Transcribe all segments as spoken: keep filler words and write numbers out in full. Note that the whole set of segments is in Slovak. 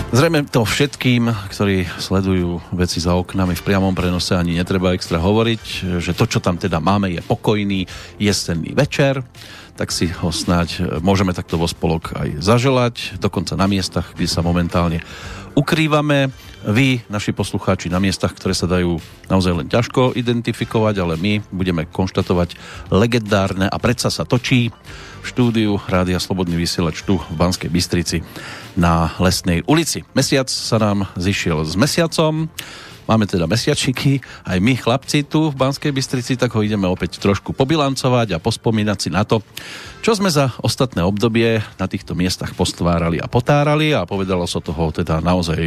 Zrejme to všetkým, ktorí sledujú veci za oknami v priamom prenose, ani netreba extra hovoriť, že to, čo tam teda máme, je pokojný jesenný večer, tak si ho snáď môžeme takto vo spolok aj zaželať, dokonca na miestach, kde sa momentálne ukrývame. Vy, naši poslucháči, na miestach, ktoré sa dajú naozaj len ťažko identifikovať, ale my budeme konštatovať legendárne a predsa sa točí v štúdiu Rádia Slobodný vysielač tu v Banskej Bystrici na Lesnej ulici. Mesiac sa nám zišiel s mesiacom. Máme teda mesiačiky, aj my chlapci tu v Banskej Bystrici, tak ho ideme opäť trošku pobilancovať a pospomínať si na to, čo sme za ostatné obdobie na týchto miestach postvárali a potárali a povedalo sa toho teda naozaj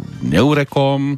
neúrekom.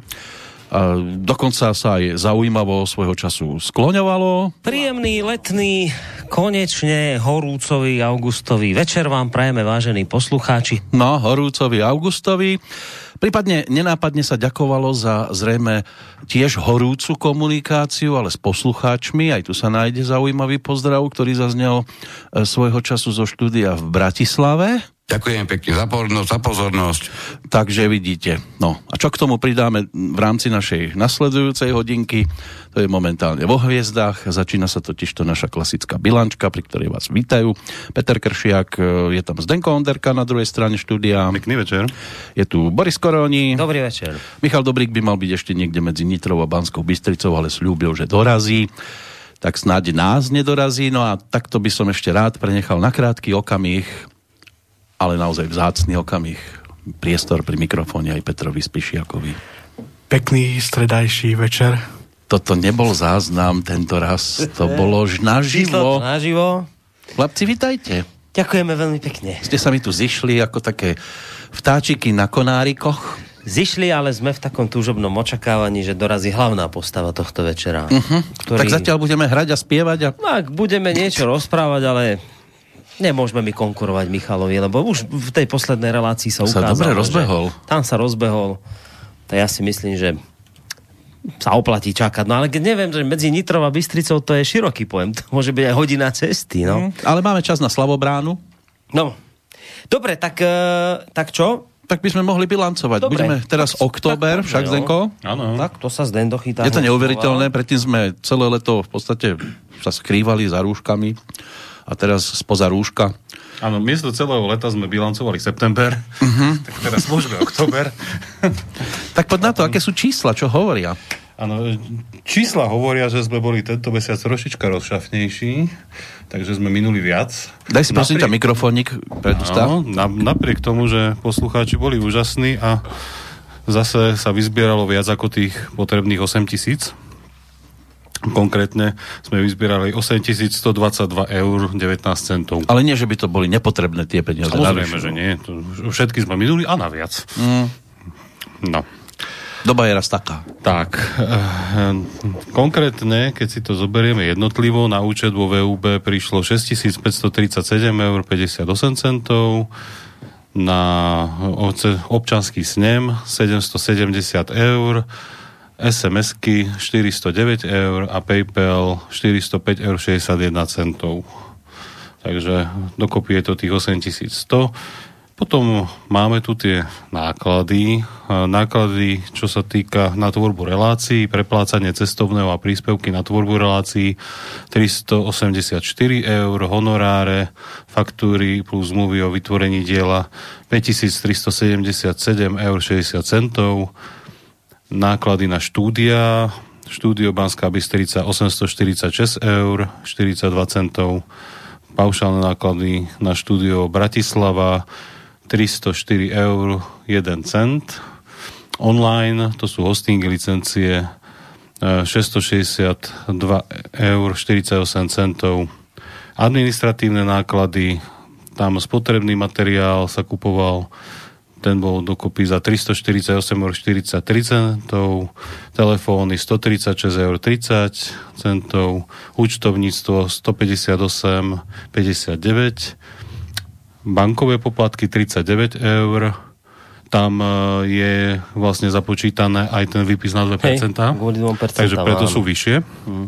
A dokonca sa aj zaujímavo svojho času skloňovalo. Príjemný letný, konečne horúcový augustový večer vám prajeme, vážení poslucháči. No, horúcový augustový. Prípadne nenápadne sa ďakovalo za zrejme tiež horúcu komunikáciu, ale s poslucháčmi. Aj tu sa nájde zaujímavý pozdrav, ktorý zaznel svojho času zo štúdia v Bratislave. Ďakujem pekne za pozornosť, za pozornosť. Takže vidíte. No a čo k tomu pridáme v rámci našej nasledujúcej hodinky? To je momentálne vo hviezdách. Začína sa totiž to naša klasická bilančka, pri ktorej vás vítajú. Peter Kršiak, je tam Zdenko Onderka na druhej strane štúdia. Pekný večer. Je tu Boris Koroni. Dobrý večer. Michal Dobrík by mal byť ešte niekde medzi Nitrou a Banskou Bystricou, ale sľúbil, že dorazí. Tak snáď nás nedorazí. No a takto by som ešte rád prenechal na krátky okamih, ale naozaj vzácny okamih, priestor pri mikrofóne aj Petrovi Spišiakovi. Pekný stredajší večer. Toto nebol záznam tento raz, to bolo naživo. Naživo. Chlapci, vitajte. Ďakujeme veľmi pekne. Ste sa mi tu zišli ako také vtáčiky na konárikoch. Zišli, ale sme v takom túžobnom očakávaní, že dorazí hlavná postava tohto večera. Uh-huh. Ktorý... Tak zatiaľ budeme hrať a spievať. A... Tak, budeme niečo rozprávať, ale... Nemôžeme mi konkurovať Michalovi, lebo už v tej poslednej relácii sa ukázalo, sa dobre rozbehol. Tam sa rozbehol. Tak ja si myslím, že sa oplatí čakať. No ale keď neviem, že medzi Nitrou a Bystricou to je široký pojem. To môže byť aj hodina cesty. No. Mm, ale máme čas na Slavobránu. No. Dobre, tak, tak čo? Tak by sme mohli bilancovať. Dobre. Budeme teraz tak, október, tak, však no. Zdenko? Áno. Tak to sa Zdendo chytá. Je to neuveriteľné, predtým sme celé leto v podstate sa skrývali za rúškami. A teraz spoza rúška. Áno, miesto celého leta sme bilancovali september, uh-huh. Tak teraz môžeme október. Tak poď na to, aké sú čísla, čo hovoria? Áno, čísla hovoria, že sme boli tento mesiac trošička rozšafnejší, takže sme minuli viac. Daj si prosím ťa mikrofónik pred ústa. Áno, napriek tomu, že poslucháči boli úžasní a zase sa vyzbieralo viac ako tých potrebných osem tisíc. Konkrétne sme vyzbierali osemtisíc stodvadsaťdva eur devätnásť centov. Ale nie, že by to boli nepotrebné tie peniaze. Samozrejme, že nie. To, všetky sme minuli a naviac. Mm. No. Doba je raz taká. Tak. E, konkrétne, keď si to zoberieme jednotlivo, na účet vo vé ú bé prišlo šesťtisícpäťstotridsaťsedem eur päťdesiatosem centov, na občanský snem sedemstosedemdesiat eur, es em esky štyristodeväť eur a PayPal štyristopäť eur šesťdesiatjeden centov. Takže dokopy je to tých osemtisícsto. Potom máme tu tie náklady. Náklady, čo sa týka na tvorbu relácií, preplácanie cestovného a príspevky na tvorbu relácií tristoosemdesiatštyri eur, honoráre, faktúry plus zmluvy o vytvorení diela päťtisíctristosedemdesiatsedem eur šesťdesiat centov, náklady na štúdia, štúdio Banská Bystrica osemstoštyridsaťšesť eur štyridsaťdva centov, paušálne náklady na štúdio Bratislava tristoštyri eur jeden cent, online, to sú hostingy, licencie šesťstošesťdesiatdva eur štyridsaťosem centov, administratívne náklady, tam spotrebný materiál sa kupoval, ten bol dokopy za tristoštyridsaťosem eur štyridsaťtri centov, telefóny stotridsaťšesť eur tridsať centov, účtovníctvo stopäťdesiatosem päťdesiatdeväť, bankové poplatky tridsaťdeväť eur, tam je vlastne započítané aj ten výpis na dve percentá, Hej, takže preto sú vyššie. Hmm.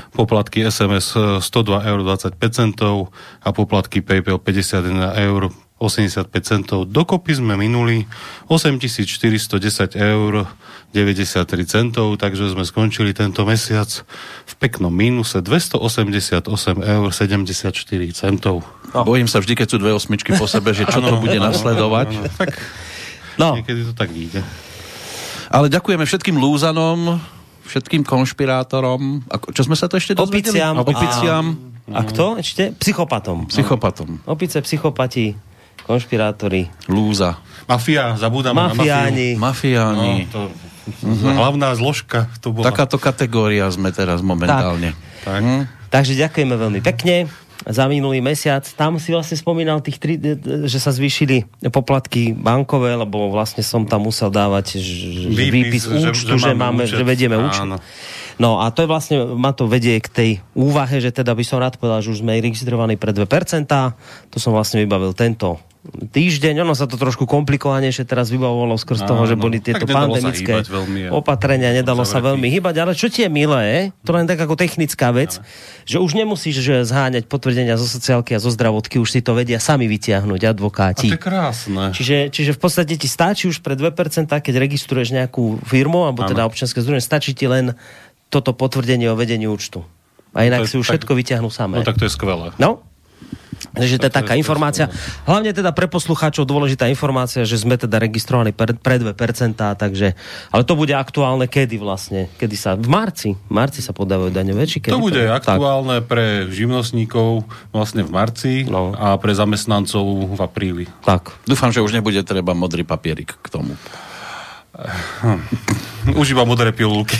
Poplatky es em es stodva eur dvadsaťpäť centov a poplatky PayPal päťdesiatjeden eur osemdesiatpäť centov. Dokopy sme minuli osemtisícštyristodesať eur deväťdesiattri centov, takže sme skončili tento mesiac v peknom mínuse dvestoosemdesiatosem eur sedemdesiatštyri centov. No. Bojím sa vždy, keď sú dve osmičky po sebe, že čo to bude nasledovať. Ano, tak No. niekedy to tak vyjde. Ale ďakujeme všetkým lúzanom, všetkým konšpirátorom. Ako, čo sme sa to ešte dozvedeli? Opiciam. Opiciam. A kto ešte? Psychopatom. Psychopatom. Opice, psychopati, konšpirátori. Lúza. Mafia, zabúdame na mafiu. Mafiáni. Mafiáni. No, to, mm-hmm. Hlavná zložka to bola. Takáto kategória sme teraz momentálne. Tak. Hm? Takže ďakujeme veľmi pekne za minulý mesiac. Tam si vlastne spomínal tých tri, že sa zvýšili poplatky bankové, lebo vlastne som tam musel dávať ž, výpis, výpis účtu, že, že, že máme, účet. Že vedieme účet. No a to je vlastne, ma to vedie k tej úvahe, že teda by som rád povedal, že už sme registrovaní pre dve percentá. To som vlastne vybavil tento týždeň. Ono sa to trošku komplikovanejšie teraz vybavovalo skrz toho, že boli tieto pandemické opatrenia, nedalo sa veľmi hýbať, ale čo ti je milé, to len tak ako technická vec, že už nemusíš že zháňať potvrdenia zo sociálky a zo zdravotky, už si to vedia sami vytiahnuť advokáti. A to je krásne. Čiže, čiže v podstate ti stačí už pre dve percentá, keď registruješ nejakú firmu, alebo teda občianske združenie, stačí ti len toto potvrdenie o vedení účtu. A inak no si už tak, všetko vyťahnú samé. No tak to je skvelé. No? Takže to je taká informácia. Hlavne teda pre poslucháčov dôležitá informácia, že sme teda registrovaní pre, pre dve percentá, takže, ale to bude aktuálne kedy vlastne? Kedy sa? V marci. V marci sa podávajú daňové, či kedy? To bude to... aktuálne tak. Pre živnostníkov vlastne v marci no. a pre zamestnancov v apríli. Tak. Dúfam, že už nebude treba modrý papierik k tomu. Hm. Už iba modré pilulky.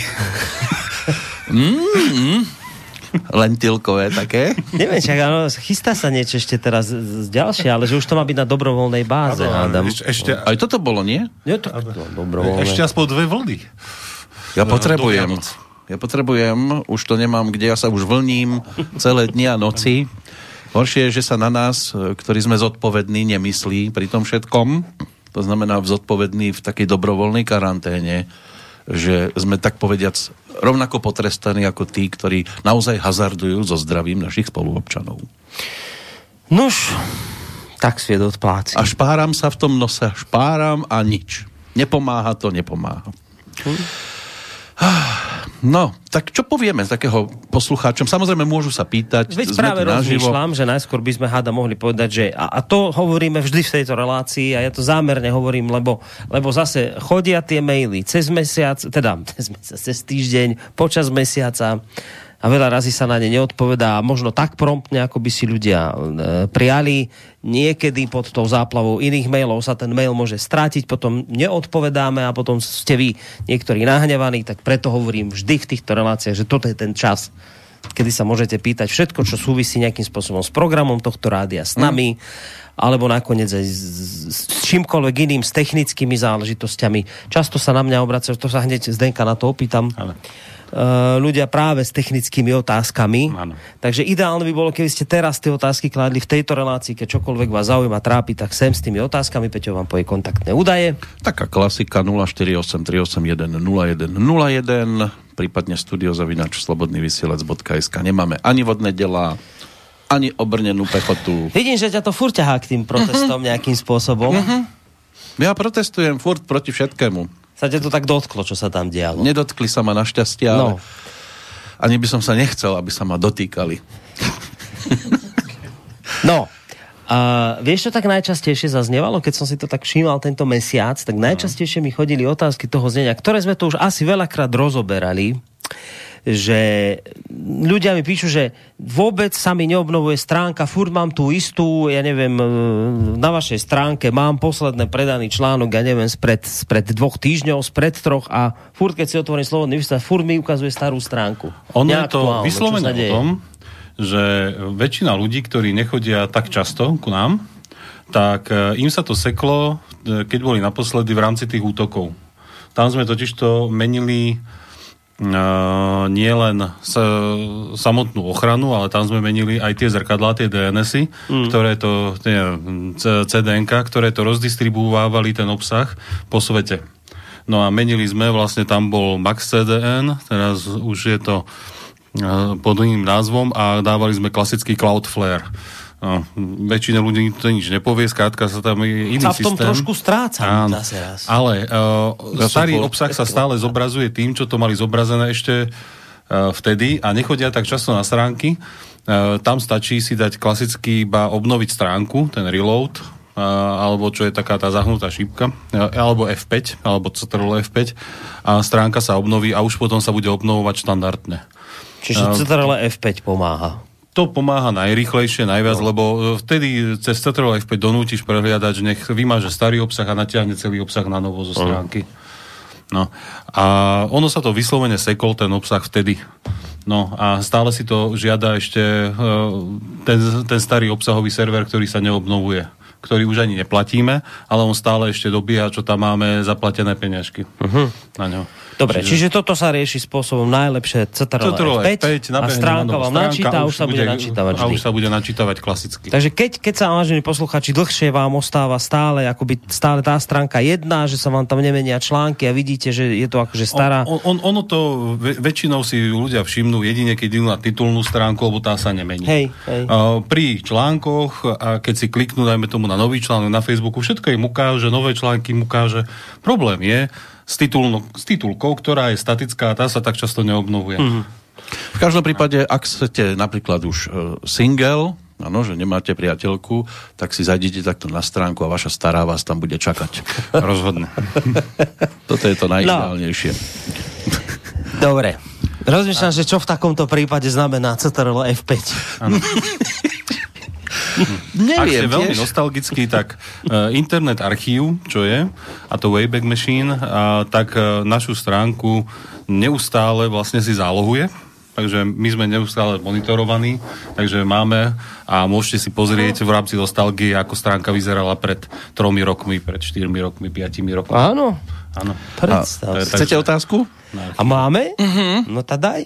Mm, lentilkové také. Neviem, čak, áno, chystá sa niečo ešte teraz z, z ďalšie, ale že už to má byť na dobrovoľnej báze. Áno, ešte, ešte, aj toto bolo, nie? Nie, to, to dobrovoľné. Ešte aspoň dve vlny. Ja potrebujem. Ja potrebujem, už to nemám, kde ja sa už vlním celé dni a noci. Horšie je, že sa na nás, ktorí sme zodpovední, nemyslí pri tom všetkom. To znamená zodpovední v takej dobrovoľnej karanténe, že sme tak povediac rovnako potrestaní ako tí, ktorí naozaj hazardujú so zdravím našich spoluobčanov. Nuž, tak sviet odpláci. A špáram sa v tom nose, špáram a nič. Nepomáha to, nepomáha. Hm? No, tak čo povieme z takého poslucháčom? Samozrejme, môžu sa pýtať. Veď práve rozmýšľam, že najskôr by sme háda mohli povedať, že a, a to hovoríme vždy v tejto relácii a ja to zámerne hovorím, lebo, lebo zase chodia tie maily cez mesiac, teda cez, mesiac, cez týždeň, počas mesiaca a veľa razy sa na ne neodpovedá, možno tak promptne, ako by si ľudia e, prijali. Niekedy pod tou záplavou iných mailov sa ten mail môže strátiť, potom neodpovedáme a potom ste vy niektorí nahnevaní, tak preto hovorím vždy v týchto reláciách, že toto je ten čas, kedy sa môžete pýtať všetko, čo súvisí nejakým spôsobom s programom tohto rádia, s nami, mm. alebo nakoniec aj s, s čímkoľvek iným, s technickými záležitosťami. Často sa na mňa obracajú, to sa hneď Zdenka na to opýtam. Ale. Uh, ľudia práve s technickými otázkami. Ano. Takže ideálne by bolo, keby ste teraz tie otázky kládli v tejto relácii, keď čokoľvek vás zaujíma, trápi, tak sem s tými otázkami. Peťo vám povie kontaktné údaje. Taká klasika nula štyri osem tri osem jeden nula jeden nula jeden, prípadne studiozavináč slobodnyvysielac bodka es ká. Nemáme ani vodné delá, ani obrnenú pechotu. Vidím, že ťa to furt ťahá k tým protestom uh-huh. nejakým spôsobom. Uh-huh. Ja protestujem furt proti všetkému. Sa ťa to tak dotklo, čo sa tam dialo. Nedotkli sa ma našťastie, ale no. ani by som sa nechcel, aby sa ma dotýkali. No, a vieš, čo tak najčastejšie zaznievalo, keď som si to tak všímal tento mesiac, tak najčastejšie mi chodili otázky toho znenia, ktoré sme to už asi veľakrát rozoberali, že ľudia mi píšu, že vôbec sa mi neobnovuje stránka, furt mám tú istú, ja neviem, na vašej stránke mám posledné predaný článok, ja neviem, spred, spred dvoch týždňov, spred troch a furt, keď si otvorím Slobodný vysielač, furt mi ukazuje starú stránku. Ono je to vyslovene o tom, že väčšina ľudí, ktorí nechodia tak často ku nám, tak im sa to seklo, keď boli naposledy v rámci tých útokov. Tam sme totižto menili Uh, nie len sa, samotnú ochranu, ale tam sme menili aj tie zrkadlá, tie dé en esy, mm. ktoré to, tie cé dé enka, ktoré to rozdistribuovávali ten obsah po svete. No a menili sme, vlastne tam bol Max cé dé en, teraz už je to uh, pod iným názvom a dávali sme klasický Cloudflare. No, väčšina ľudí to nič nepovie, skrátka sa tam je iný systém. Sa v tom systém. trošku stráca zase raz. Ale uh, starý obsah sa stále zobrazuje tým, čo to mali zobrazené ešte uh, vtedy a nechodia tak často na stránky. Uh, tam stačí si dať klasicky iba obnoviť stránku, ten reload, uh, alebo čo je taká tá zahnutá šípka, uh, alebo ef päť, alebo Ctrl ef päť a stránka sa obnoví a už potom sa bude obnovovať štandardne. Čiže Ctrl ef päť pomáha. To pomáha najrýchlejšie, najviac, no. Lebo vtedy cez Ctrl ef päť donútiš prehliadač, nech vymaže starý obsah a natiahne celý obsah na novo zo stránky. No. A ono sa to vyslovene sekol, ten obsah vtedy. No a stále si to žiada ešte ten, ten starý obsahový server, ktorý sa neobnovuje, ktorý už ani neplatíme, ale on stále ešte dobíha, čo tam máme zaplatené peňažky uh-huh. na ňo. Dobre, čiže... čiže toto sa rieši spôsobom najlepšie Ctrl ef päť a stránka vám načíta a už sa bude načítavať vždy. A už sa bude načítavať klasicky. Takže keď, keď sa, vážení posluchači, dlhšie vám ostáva stále akoby stále tá stránka jedna, že sa vám tam nemenia články a vidíte, že je to akože stará... On, on, ono to väčšinou si ľudia všimnú jedine, keď idú na titulnú stránku, lebo tá sa nemení. Hej, hej. Uh, pri článkoch, a keď si kliknú, dajme tomu na nový článok na Facebooku, všetko im ukáže, nové články im ukáže. Problém je s, titulno, s titulkou, ktorá je statická a tá sa tak často neobnovuje. Mm-hmm. V každom prípade, ak ste napríklad už uh, single, áno, že nemáte priateľku, tak si zajdite takto na stránku a vaša stará vás tam bude čakať. Rozhodne. Toto je to najideálnejšie. No. Dobre. Rozmýšľam, že čo v takomto prípade znamená Ctrl ef päť. Áno. Neviem, ak ste veľmi nostalgický, tak uh, Internet archív, čo je, a to Wayback Machine, uh, tak uh, našu stránku neustále vlastne si zálohuje. Takže my sme neustále monitorovaní, takže máme a môžete si pozrieť v rámci nostalgie, ako stránka vyzerala pred tromi rokmi, pred štyrmi rokmi, piatimi rokmi. Áno. Áno. Predstav. A, chcete takže... otázku? A máme? Uh-huh. No tá daj.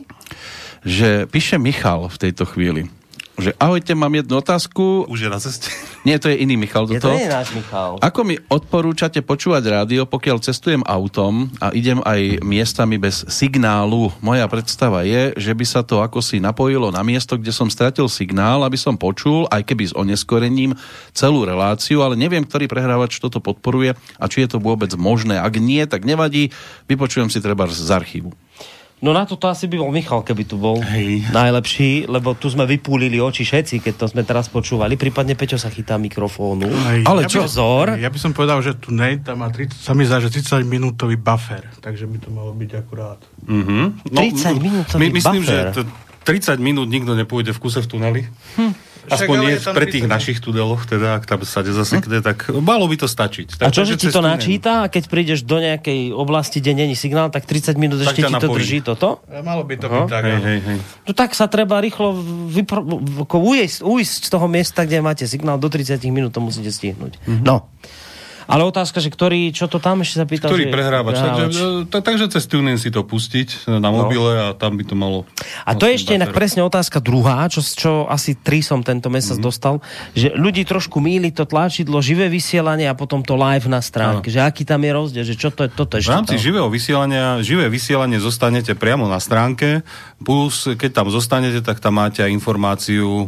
Že píše Michal v tejto chvíli, že ahojte, mám jednu otázku. Už je na ceste? Nie, to je iný Michal. Je to nie náš Michal. Ako mi odporúčate počúvať rádio, pokiaľ cestujem autom a idem aj miestami bez signálu? Moja predstava je, že by sa to akosi napojilo na miesto, kde som stratil signál, aby som počul, aj keby s oneskorením, celú reláciu, ale neviem, ktorý prehrávač toto podporuje a či je to vôbec možné. Ak nie, tak nevadí, vypočujem si treba z archívu. No na to, to asi by bol Michal, keby tu bol Hej. najlepší, lebo tu sme vypúlili oči všetci, keď to sme teraz počúvali. Prípadne Peťo sa chytá mikrofónu. Hej. Ale ja čo? By, Zor? Ja by som povedal, že tu nej, tam má tridsať, sa mi zdá, že tridsaťminútový buffer, takže by to malo byť akurát. Mm-hmm. No, tridsaťminútový my, myslím, buffer. že t- tridsať minút nikto nepôjde v kuse v tuneli. Hm. Aspoň nie pre tých našich tuneloch, teda, ak tam sa zasekne, hm? tak malo by to stačiť. Tak, a čo, že ti to načíta a keď prídeš do nejakej oblasti, kde není signál, tak tridsať minút tak ešte ti to drží toto? Malo by to byť tak. Hej, hej, hej. No tak sa treba rýchlo vypro- ujsť, ujsť z toho miesta, kde máte signál, do tridsať minút to musíte stihnúť. Mm-hmm. No. Ale otázka, že ktorý, čo to tam ešte sa pýtal? Ktorý prehrávač. Takže, takže cez TuneIn si to pustiť na mobile no. a tam by to malo... A to je ešte inak presne otázka druhá, čo, čo asi tri som tento mesiac mm-hmm. dostal, že ľudí trošku mýli to tlačidlo živé vysielanie a potom to live na stránke. No. Že aký tam je rozdiel, že čo to je toto ešte? V rámci tam? živého vysielania, živé vysielanie zostanete priamo na stránke, plus keď tam zostanete, tak tam máte aj informáciu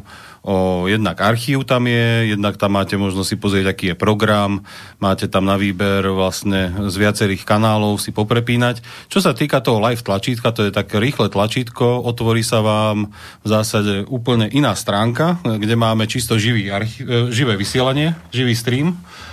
o jednak archív tam je, jednak tam máte možnosť si pozrieť, aký je program, máte tam na výber vlastne z viacerých kanálov si poprepínať. Čo sa týka toho live tlačítka, to je také rýchle tlačítko, otvorí sa vám v zásade úplne iná stránka, kde máme čisto živý archív, živé vysielanie, živý stream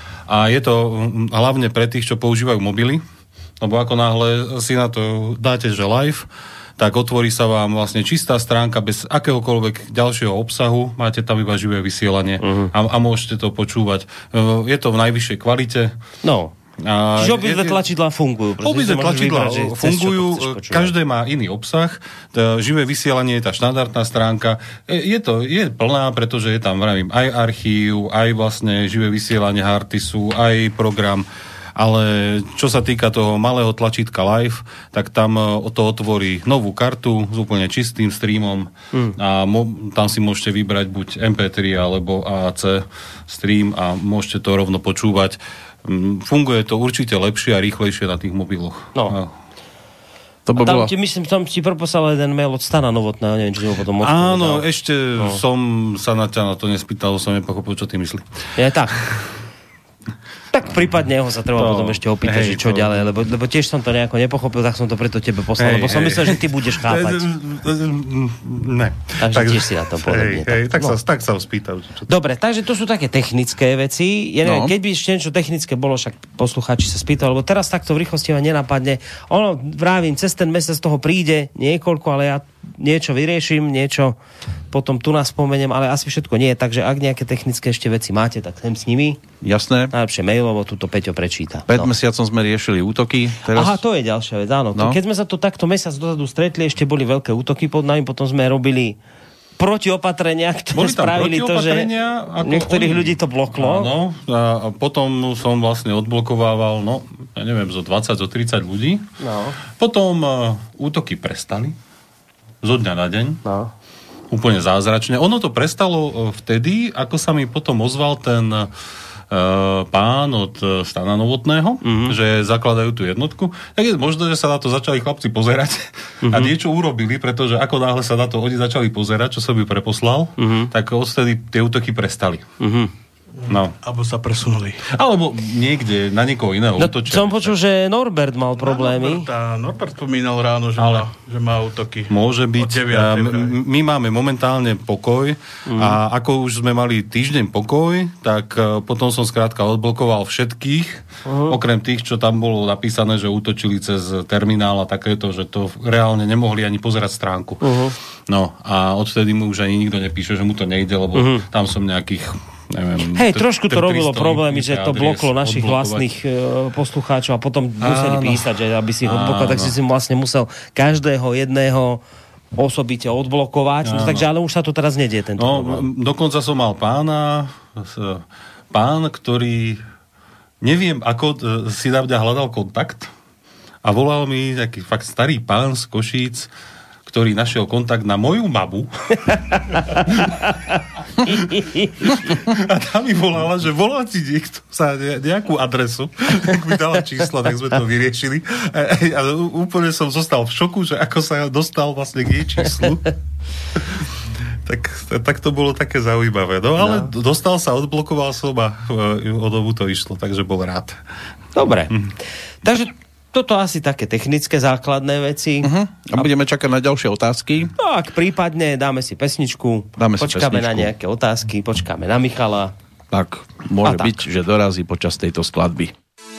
a je to hlavne pre tých, čo používajú mobily, lebo ako náhle si na to dáte, že live, tak otvorí sa vám vlastne čistá stránka bez akéhokoľvek ďalšieho obsahu, máte tam iba živé vysielanie uh-huh. a, a môžete to počúvať. Je to v najvyššej kvalite. No. A čiže obidve tlačidlá fungujú. Obidve tlačidlá fungujú, každé má iný obsah. Živé vysielanie je tá štandardná stránka. Je to je plná, pretože je tam, vravím, aj archív, aj vlastne živé vysielanie Hartisu, aj program. Ale čo sa týka toho malého tlačítka live, tak tam to otvorí novú kartu s úplne čistým streamom mm. a mo- tam si môžete vybrať buď em pé tri alebo á á cé stream a môžete to rovno počúvať. Funguje to určite lepšie a rýchlejšie na tých mobiloch. No. To by tam bolo... ti, myslím, tam ti proposlal jeden mail od Stana Novotného, neviem, či ho potom Áno, odpovedal. ešte no. som sa na ťa na to nespýtal, som nepochopil, čo ty myslí. Je tak. Tak prípadne ho sa treba to, potom ešte opýtať, hej, že čo to... ďalej, lebo, lebo tiež som to nejako nepochopil, tak som to preto tebe poslal, hej, lebo som hej. myslel, že ty budeš chápať. Ne. Takže tak, tiež si na to podobne. Hej, tak, no. sa, tak sa ho spýtal. Čo to... Dobre, takže to sú také technické veci. Ja neviem, no. keď by ešte niečo technické bolo, však poslucháči sa spýtal, lebo teraz takto v rýchlosti ma nenapadne. Ono, vravím, cez ten mesiac toho príde niekoľko, ale ja niečo vyriešim, niečo potom tu nás spomeniem, ale asi všetko nie. Takže ak nejaké technické ešte veci máte, tak sem s nimi. Jasné. Najlepšie mailovo, túto Peťo prečíta. Pred no. mesiacom sme riešili útoky. Teraz... Aha, to je ďalšia vec, áno. No. Keď sme sa to takto mesiac dozadu stretli, ešte boli veľké útoky pod nami, potom sme robili protiopatrenia, ktoré spravili to, že ako niektorých oni... ľudí to bloklo. Áno, a potom som vlastne odblokovával, no, ja neviem, zo dvadsať, zo tridsať ľudí. No. Potom uh, útoky prestali. Zo dňa na deň. No. Úplne zázračne. Ono to prestalo vtedy, ako sa mi potom ozval ten uh, pán od Stana Novotného, mm-hmm. že zakladajú tú jednotku. Tak je možné, že sa na to začali chlapci pozerať mm-hmm. a niečo urobili, pretože ako náhle sa na to oni začali pozerať, čo som ju preposlal, mm-hmm. tak odtedy tie útoky prestali. Mm-hmm. No. Alebo sa presunuli. Alebo niekde na niekoho iného no, útočia. Som počul, že Norbert mal problémy. Norbert, Norbert spomínal ráno, že, Ale... má, že má útoky. Môže byť. A my máme momentálne pokoj mm. a ako už sme mali týždeň pokoj, tak potom som skrátka odblokoval všetkých, uh-huh. okrem tých, čo tam bolo napísané, že útočili cez terminál a takéto, že to reálne nemohli ani pozerať stránku. Uh-huh. No a odtedy mu už ani nikto nepíše, že mu to nejde, lebo uh-huh. tam som nejakých neviem, hej, trošku to robilo problémy, že to bloklo našich vlastných uh, poslucháčov a potom museli Áno. písať, že aby si ich odblokoval, tak si si vlastne musel každého jedného osobite odblokovať. No, takže ale už sa to teraz nedie, tento no, problém. Dokonca som mal pána, pán, ktorý neviem, ako si na mňa hľadal kontakt a volal mi taký fakt starý pán z Košíc, ktorý našiel kontakt na moju mamu. A tam mi volala, že volá ti niekto sa nejakú adresu, tak mi dala čísla, tak sme to vyriešili. A, a úplne som zostal v šoku, že ako sa dostal vlastne k jej číslu. Tak, tak to bolo také zaujímavé. No ale no. dostal sa, odblokoval som a o dobu to išlo, takže bol rád. Dobre. Hm. Takže toto asi také technické základné veci. Uh-huh. A budeme čakať na ďalšie otázky. No ak prípadne dáme si pesničku, dáme počkáme si pesničku. Na nejaké otázky, počkáme na Michala. Tak, môže tak. byť, že dorazí počas tejto skladby.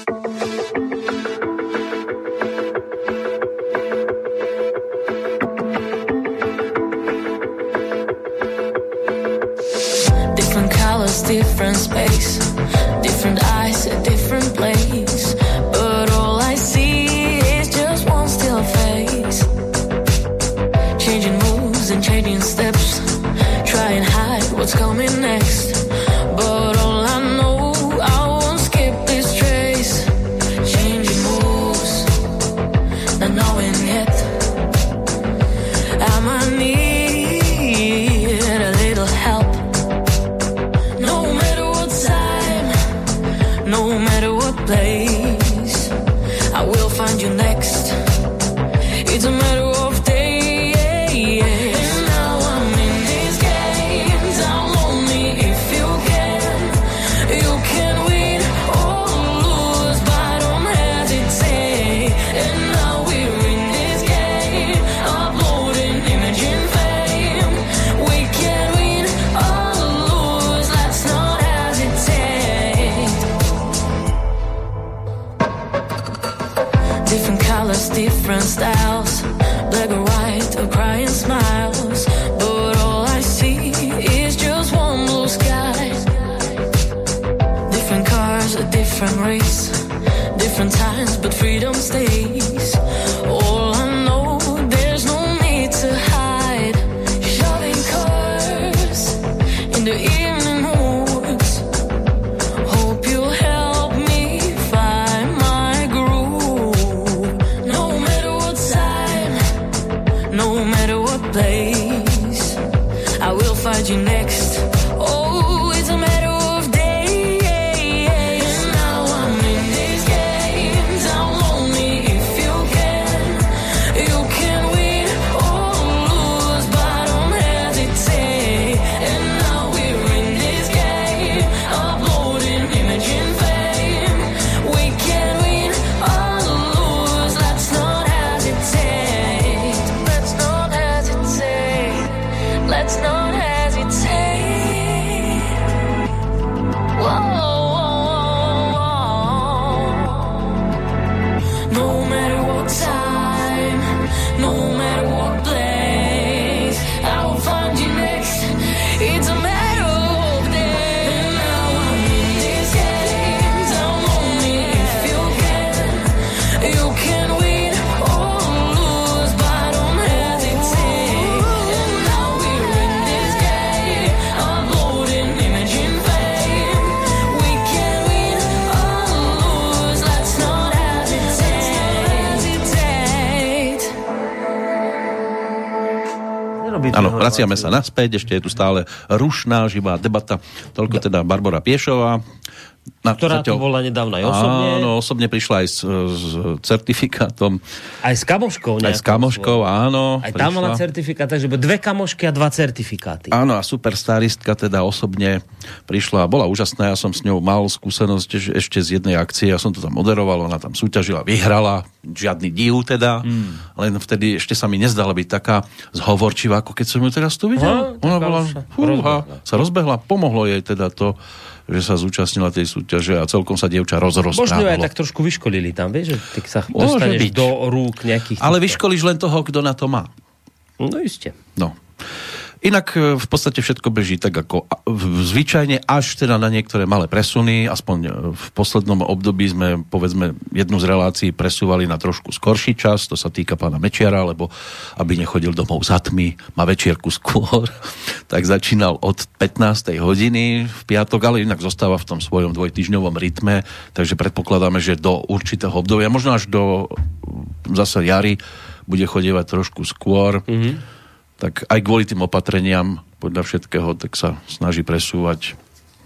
Different colors, different space, different eyes, a different place. Changing steps, try and hide what's coming next. But all I know, I won't skip this trace. Changing moves, not knowing yet. I might need a little help. No matter what time, no matter what place, I will find you next. It's a matter of day, yeah, yeah. Different styles, black or white or crying smiles, but all I see is just one blue sky. Different cars, a different race, different times, but freedom stays. All I know, there's no need to hide. Shoving cars in the evening moods. Hope you'll help me find my groove. No matter what place, I will find you next. Oh, it's a matter of days. And now I'm in these games. I'm lonely if you can. Áno, vraciame sa naspäť, ešte je tu stále rušná, živá debata. Toľko teda Barbora Piešová. Na, ktorá zatiaľ, tu bola nedávno aj osobne. Áno, osobne prišla aj s, s certifikátom. Aj s kamoškou. Aj s kamoškou, áno. Aj tam mala certifikát, takže dve kamošky a dva certifikáty. Áno, a superstaristka teda osobne prišla a bola úžasná. Ja som s ňou mal skúsenosť ešte z jednej akcie, ja som to tam moderoval, ona tam súťažila, vyhrala, žiadny div teda, hmm. len vtedy ešte sa mi nezdala byť taká zhovorčivá, ako keď som ju teraz tu videl. Ona bola, fúha, sa rozbehla, pomohlo jej teda to, že sa zúčastnila tej súťaže a celkom sa dievča rozrozprávalo. Možno aj tak trošku vyškolili tam, vieš, že ty sa dostaneš do rúk nejakých... Ale vyškolíš len toho, kto na to má. No iste. No. Inak v podstate všetko beží tak ako zvyčajne, až teda na niektoré malé presuny, aspoň v poslednom období sme, povedzme, jednu z relácií presúvali na trošku skorší čas, to sa týka pána Mečiara, lebo aby nechodil domov za tmy, má večierku skôr, tak začínal od pätnástej hodiny v piatok, ale inak zostáva v tom svojom dvojtýždňovom rytme, takže predpokladáme, že do určitého obdobia, možno až do zase jary, bude chodievať trošku skôr. Mhm. Tak aj kvôli tým opatreniam podľa všetkého, tak sa snaží presúvať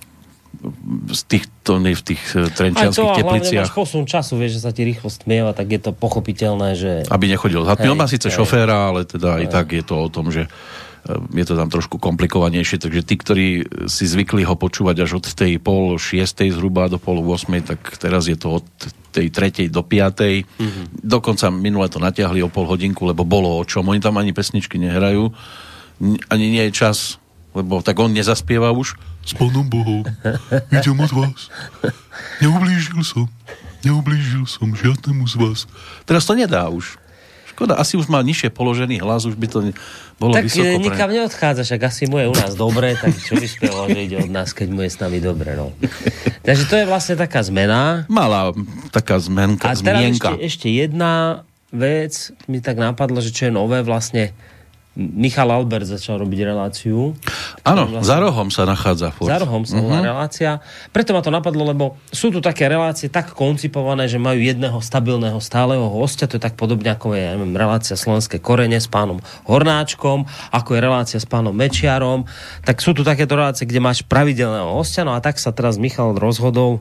z týchto, v tých trenčianských tepliciach. Aj to, a hlavne máš posun času, vieš, že sa ti rýchlo stmieva, tak je to pochopiteľné, že... Aby nechodil za tým. On má síce šoféra, ale teda aj tak je to o tom, že je to tam trošku komplikovanejšie, takže tí, ktorí si zvykli ho počúvať až od tej pol šiestej zhruba do pol osmej, tak teraz je to od tej tretej do piatej. Mm-hmm. Dokonca minule to natiahli o pol hodinku, lebo bolo o čom. Oni tam ani pesničky nehrajú. Ani nie je čas, lebo tak on nezaspieva už. S Pánom Bohom, idem od vás. Neublížil som. Neublížil som žiadnemu z vás. Teraz to nedá už. Škoda, asi už má nižšie položený hlas, už by to bolo tak vysoko. Tak nikam pre... neodchádzaš, ak asi mu je u nás dobre, tak čo by spieval, že ide od nás, keď mu je s nami dobre, no. Takže to je vlastne taká zmena. Malá taká zmenka, a teraz zmienka. Ešte, ešte jedna vec, mi tak napadlo, že čo je nové, vlastne Michal Albert začal robiť reláciu. Áno, vlastne... za rohom sa nachádza. Furt. Za rohom sa volá uh-huh. relácia. Preto ma to napadlo, lebo sú tu také relácie tak koncipované, že majú jedného stabilného, stáleho hostia. To je tak podobne ako je, ja neviem, relácia Slovenské korene s pánom Hornáčkom, ako je relácia s pánom Mečiarom. Tak sú tu takéto relácie, kde máš pravidelného hostia. No a tak sa teraz Michal rozhodol,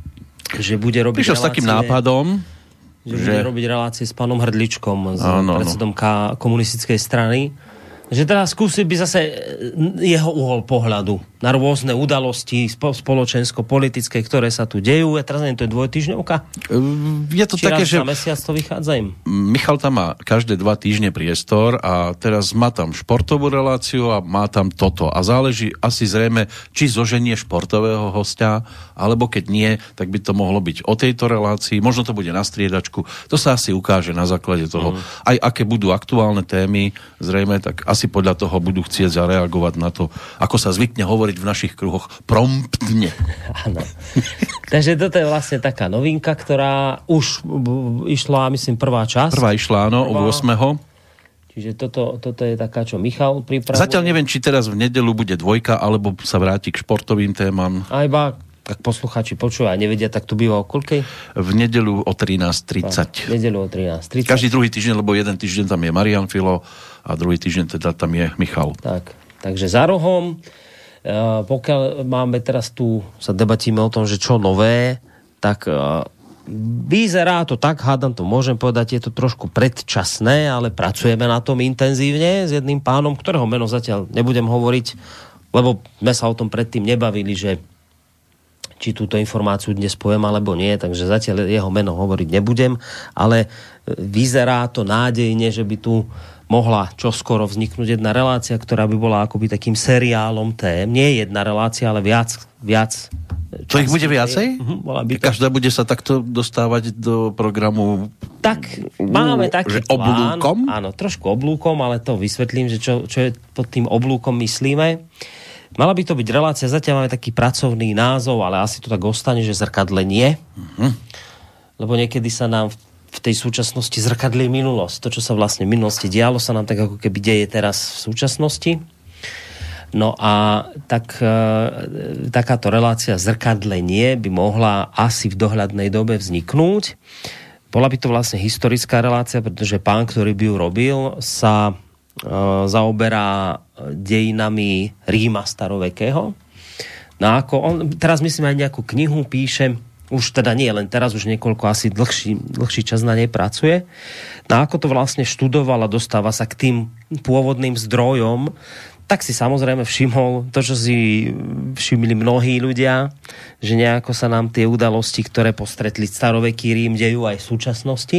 že bude robiť Prišiel relácie... s takým nápadom, že, že bude robiť relácie s pánom Hrdličkom, s áno, predsedom K- komunistickej strany. Že teda skúsiť by zase jeho uhol pohľadu na rôzne udalosti spoločensko-politické, ktoré sa tu dejú. Ja teraz neviem, to je dvojtýždňovka? Je to Či také, raz že... za mesiac to vychádza im? Michal tam má každé dva týždne priestor a teraz má tam športovú reláciu a má tam toto. A záleží asi zrejme, či zoženie športového hostia, alebo keď nie, tak by to mohlo byť o tejto relácii. Možno to bude na striedačku. To sa asi ukáže na základe toho. Mm. Aj aké budú aktuálne témy, zrejme, tak asi podľa toho budú chcieť zareagovať na to, ako sa zvykne hovoriť v našich kruhoch, promptne. Áno. Takže toto je vlastne taká novinka, ktorá už išla, myslím, prvá časť. Prvá išla, áno, prvá... o ôsmeho Čiže toto, toto je taká, čo Michal pripravuje. Zatiaľ neviem, či teraz v nedeľu bude dvojka, alebo sa vráti k športovým témam. Aj ba, tak poslucháči počúvajú a nevedia, tak tu býva o koľkej? V nedeľu o trinásť tridsať. V nedeľu o trinásť tridsať. Každý druhý týždeň, lebo jeden týždeň tam je Marian Filo a druhý týždeň teda tam je Michal. Tak, takže za rohom, uh, pokiaľ máme teraz tu, sa debatíme o tom, že čo nové, tak uh, vyzerá to tak, hádam to môžem povedať, je to trošku predčasné, ale pracujeme na tom intenzívne s jedným pánom, ktorého meno zatiaľ nebudem hovoriť, lebo sme sa o tom predtým nebavili, že či túto informáciu dnes poviem alebo nie, takže zatiaľ jeho meno hovoriť nebudem, ale vyzerá to nádejne, že by tu mohla čoskoro vzniknúť jedna relácia, ktorá by bola akoby takým seriálom tém. Nie jedna relácia, ale viac. viac to ich bude viacej? Uh-huh, bola by to... Každá bude sa takto dostávať do programu. Tak, máme taký že plán. Oblúkom? Áno, trošku oblúkom, ale to vysvetlím, že čo, čo je pod tým oblúkom myslíme. Mala by to byť relácia, zatiaľ máme taký pracovný názov, ale asi to tak ostane, že zrkadlenie. Uh-huh. Lebo niekedy sa nám v, v tej súčasnosti zrkadlí minulosť. To, čo sa vlastne v minulosti dialo, sa nám tak ako keby deje teraz v súčasnosti. No a tak, e, takáto relácia zrkadlenie by mohla asi v dohľadnej dobe vzniknúť. Bola by to vlastne historická relácia, pretože pán, ktorý by ju robil, sa zaoberá dejinami Ríma starovekého. No ako on, teraz myslím aj nejakú knihu píše, už teda nie len teraz, už niekoľko asi dlhší, dlhší čas na nej pracuje. No ako to vlastne študoval a dostáva sa k tým pôvodným zdrojom, tak si samozrejme všimol to, čo si všimli mnohí ľudia, že nejako sa nám tie udalosti, ktoré postretli staroveký Rím, dejú aj v súčasnosti.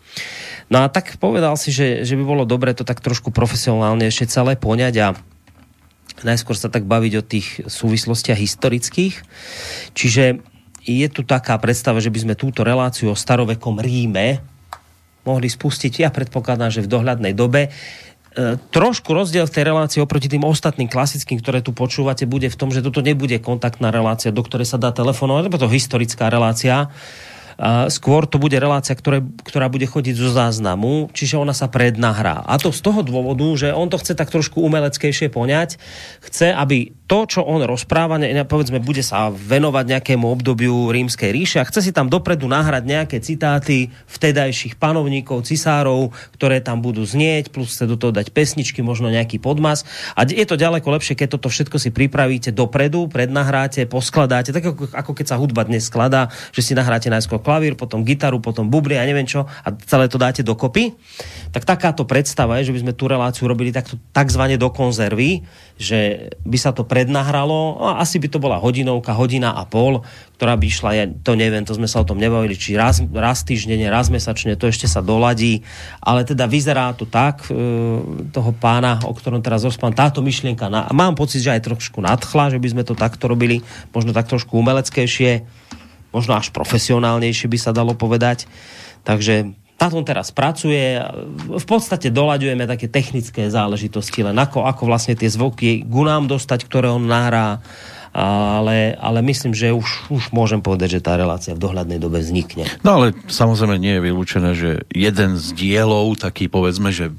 No a tak povedal si, že, že by bolo dobre to tak trošku profesionálne ešte celé poňať a najskôr sa tak baviť o tých súvislostiach historických. Čiže je tu taká predstava, že by sme túto reláciu o starovekom Ríme mohli spustiť, ja predpokladám, že v dohľadnej dobe. E, trošku rozdiel v tej relácii oproti tým ostatným klasickým, ktoré tu počúvate, bude v tom, že toto nebude kontaktná relácia, do ktorej sa dá telefonovať, lebo to historická relácia. A skôr to bude relácia, ktoré, ktorá bude chodiť zo záznamu, čiže ona sa prednahrá. A to z toho dôvodu, že on to chce tak trošku umeleckejšie poňať. Chce, aby to, čo on rozpráva, ne, povedzme, bude sa venovať nejakému obdobiu Rímskej ríše a chce si tam dopredu nahrať nejaké citáty vtedajších panovníkov, cisárov, ktoré tam budú znieť, plus chce do toho dať pesničky, možno nejaký podmas. A je to ďaleko lepšie, keď toto všetko si pripravíte dopredu, prednahráte, poskladáte, tak ako, ako keď sa hudba dnes skladá, že si nahráte najskôr klavír, potom gitaru, potom bubny a neviem čo a celé to dáte dokopy. Tak takáto predstava je, že by sme tú reláciu robili takto takzvané do konzervy, že by sa to prednahralo a asi by to bola hodinovka, hodina a pol, ktorá by išla, ja to neviem, to sme sa o tom nebavili, či raz, raz týždenne, raz mesačne, to ešte sa doladí, ale teda vyzerá to tak, e, toho pána, o ktorom teraz rozprávam, táto myšlienka, na, mám pocit, že aj trošku nadchla, že by sme to takto robili, možno tak trošku umeleckejšie, možno až profesionálnejšie by sa dalo povedať. Takže na tom teraz pracuje. V podstate doľaďujeme také technické záležitosti, len ako, ako vlastne tie zvuky k nám dostať, ktoré on nahrá. Ale, ale myslím, že už, už môžem povedať, že tá relácia v dohľadnej dobe vznikne. No ale samozrejme nie je vylúčené, že jeden z dielov, taký povedzme, že